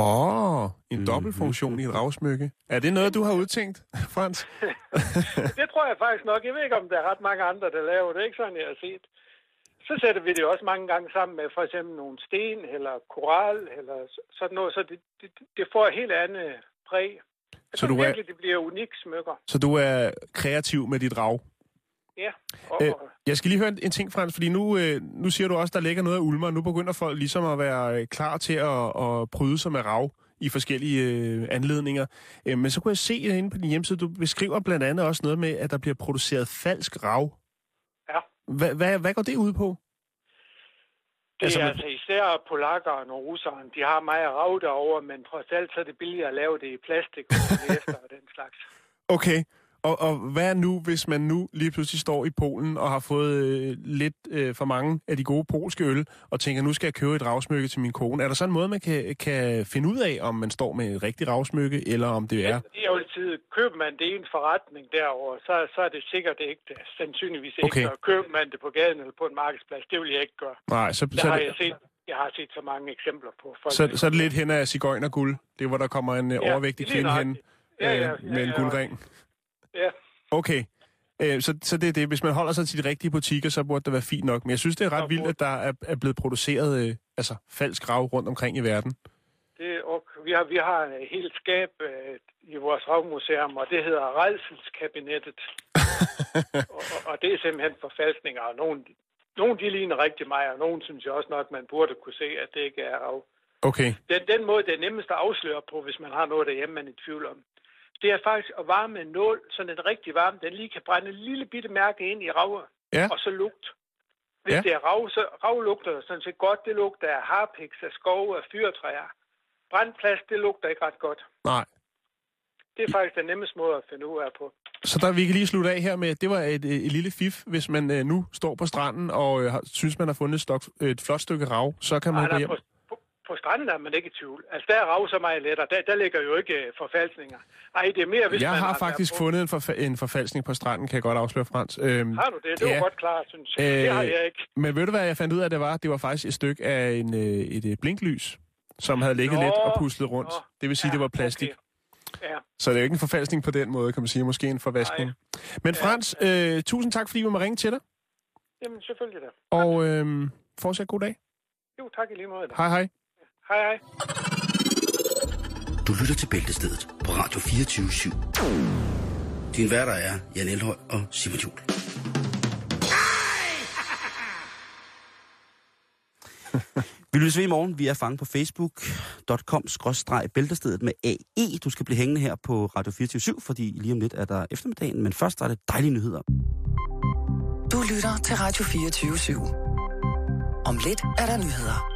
En dobbeltfunktion i et ravsmykke. Er det noget, du har udtænkt, Frans? Det tror jeg faktisk nok. Jeg ved ikke, om der er ret mange andre, der laver det. Ikke sådan, jeg har set. Så sætter vi det også mange gange sammen med for eksempel nogle sten, eller koral, eller sådan noget. Så det får et helt andet præg. Så du virkelig, det bliver unik smykker. Så du er kreativ med dit rav? Ja. Jeg skal lige høre en ting, Frans, fordi nu siger du også, der ligger noget af ulmer. Nu begynder folk ligesom at være klar til at bryde sig med rav i forskellige anledninger. Men så kunne jeg se inde på din hjemmeside, du beskriver blandt andet også noget med, at der bliver produceret falsk rav. Ja. Hvad går det ud på? Det er altså især polakkerne og russerne. De har meget rav derovre, men trods alt så er det billigere at lave det i plastik og den slags. Okay. Og hvad nu, hvis man nu lige pludselig står i Polen og har fået lidt for mange af de gode polske øl, og tænker, nu skal jeg købe et ravsmykke til min kone. Er der sådan en måde, man kan finde ud af, om man står med et rigtigt ravsmykke, eller om det er... Det er jo altid, køber man det i en forretning derovre, så er det sikkert ikke det. Sandsynligvis ikke. Og køber man det på gaden eller på en markedsplads, det vil jeg ikke gøre. Nej, jeg har set så mange eksempler på folk. Så er det lidt hen af sigøjnerguld. Det er, hvor der kommer en overvægtig kvinde hen med en guldring. Ja. Okay, så det er det. Hvis man holder sig til de rigtige butikker, så burde det være fint nok. Men jeg synes, det er ret vildt, at der er blevet produceret falsk rav rundt omkring i verden. Vi har et helt skab i vores ravmuseum, og det hedder Rædselskabinettet. og det er simpelthen forfalskninger. Og nogle de ligner rigtig meget, og nogle synes jeg også nok, man burde kunne se, at det ikke er rav. Okay. Den måde, det er nemmest at afsløre på, hvis man har noget derhjemme, man er i tvivl om. Det er faktisk at varme en nål, så den er rigtig varm. Den lige kan brænde en lille bitte mærke ind i rav, og så lugt. Hvis det er rav, så rav lugter sådan set godt. Det lugter af harpiks, af skove, af fyrtræer. Brandplads, det lugter ikke ret godt. Nej. Det er faktisk den nemmeste måde at finde ud af på. Så vi kan lige slutte af her med, det var et lille fif. Hvis man nu står på stranden og synes, man har fundet et flot stykke rav, så kan man gå hjem. På stranden er man ikke i tvivl. Altså, der er rav så meget lettere. Der ligger jo ikke forfalskninger. Ej, det er mere, hvis jeg har faktisk fundet en forfalskning på stranden, kan jeg godt afsløre, Frans. Har du det? Det var godt klart, synes jeg. Det har jeg ikke. Men ved du, hvad jeg fandt ud af, det var? Det var faktisk et stykke af et blinklys, som havde ligget lidt og puslet rundt. Det vil sige, det var plastik. Okay. Ja. Så det er jo ikke en forfalskning på den måde, kan man sige. Måske en forvaskning. Men Frans, tusind tak, fordi vi må ringe til dig. Jamen, selvfølgelig da. Og fortsat god dag. Jo, tak i lige måde. Hej, hej. Hej, hej. Du lytter til Bæltestedet på Radio 24/7. Din værter er Jan Elhøj og Simon Juhl. Vi lyttes ved i morgen. Vi er fanget på facebook.com/bæltestedet med AE. Du skal blive hængende her på Radio 24/7, fordi lige om lidt er der eftermiddagen. Men først er det dejlige nyheder. Du lytter til Radio 24/7. Om lidt er der nyheder.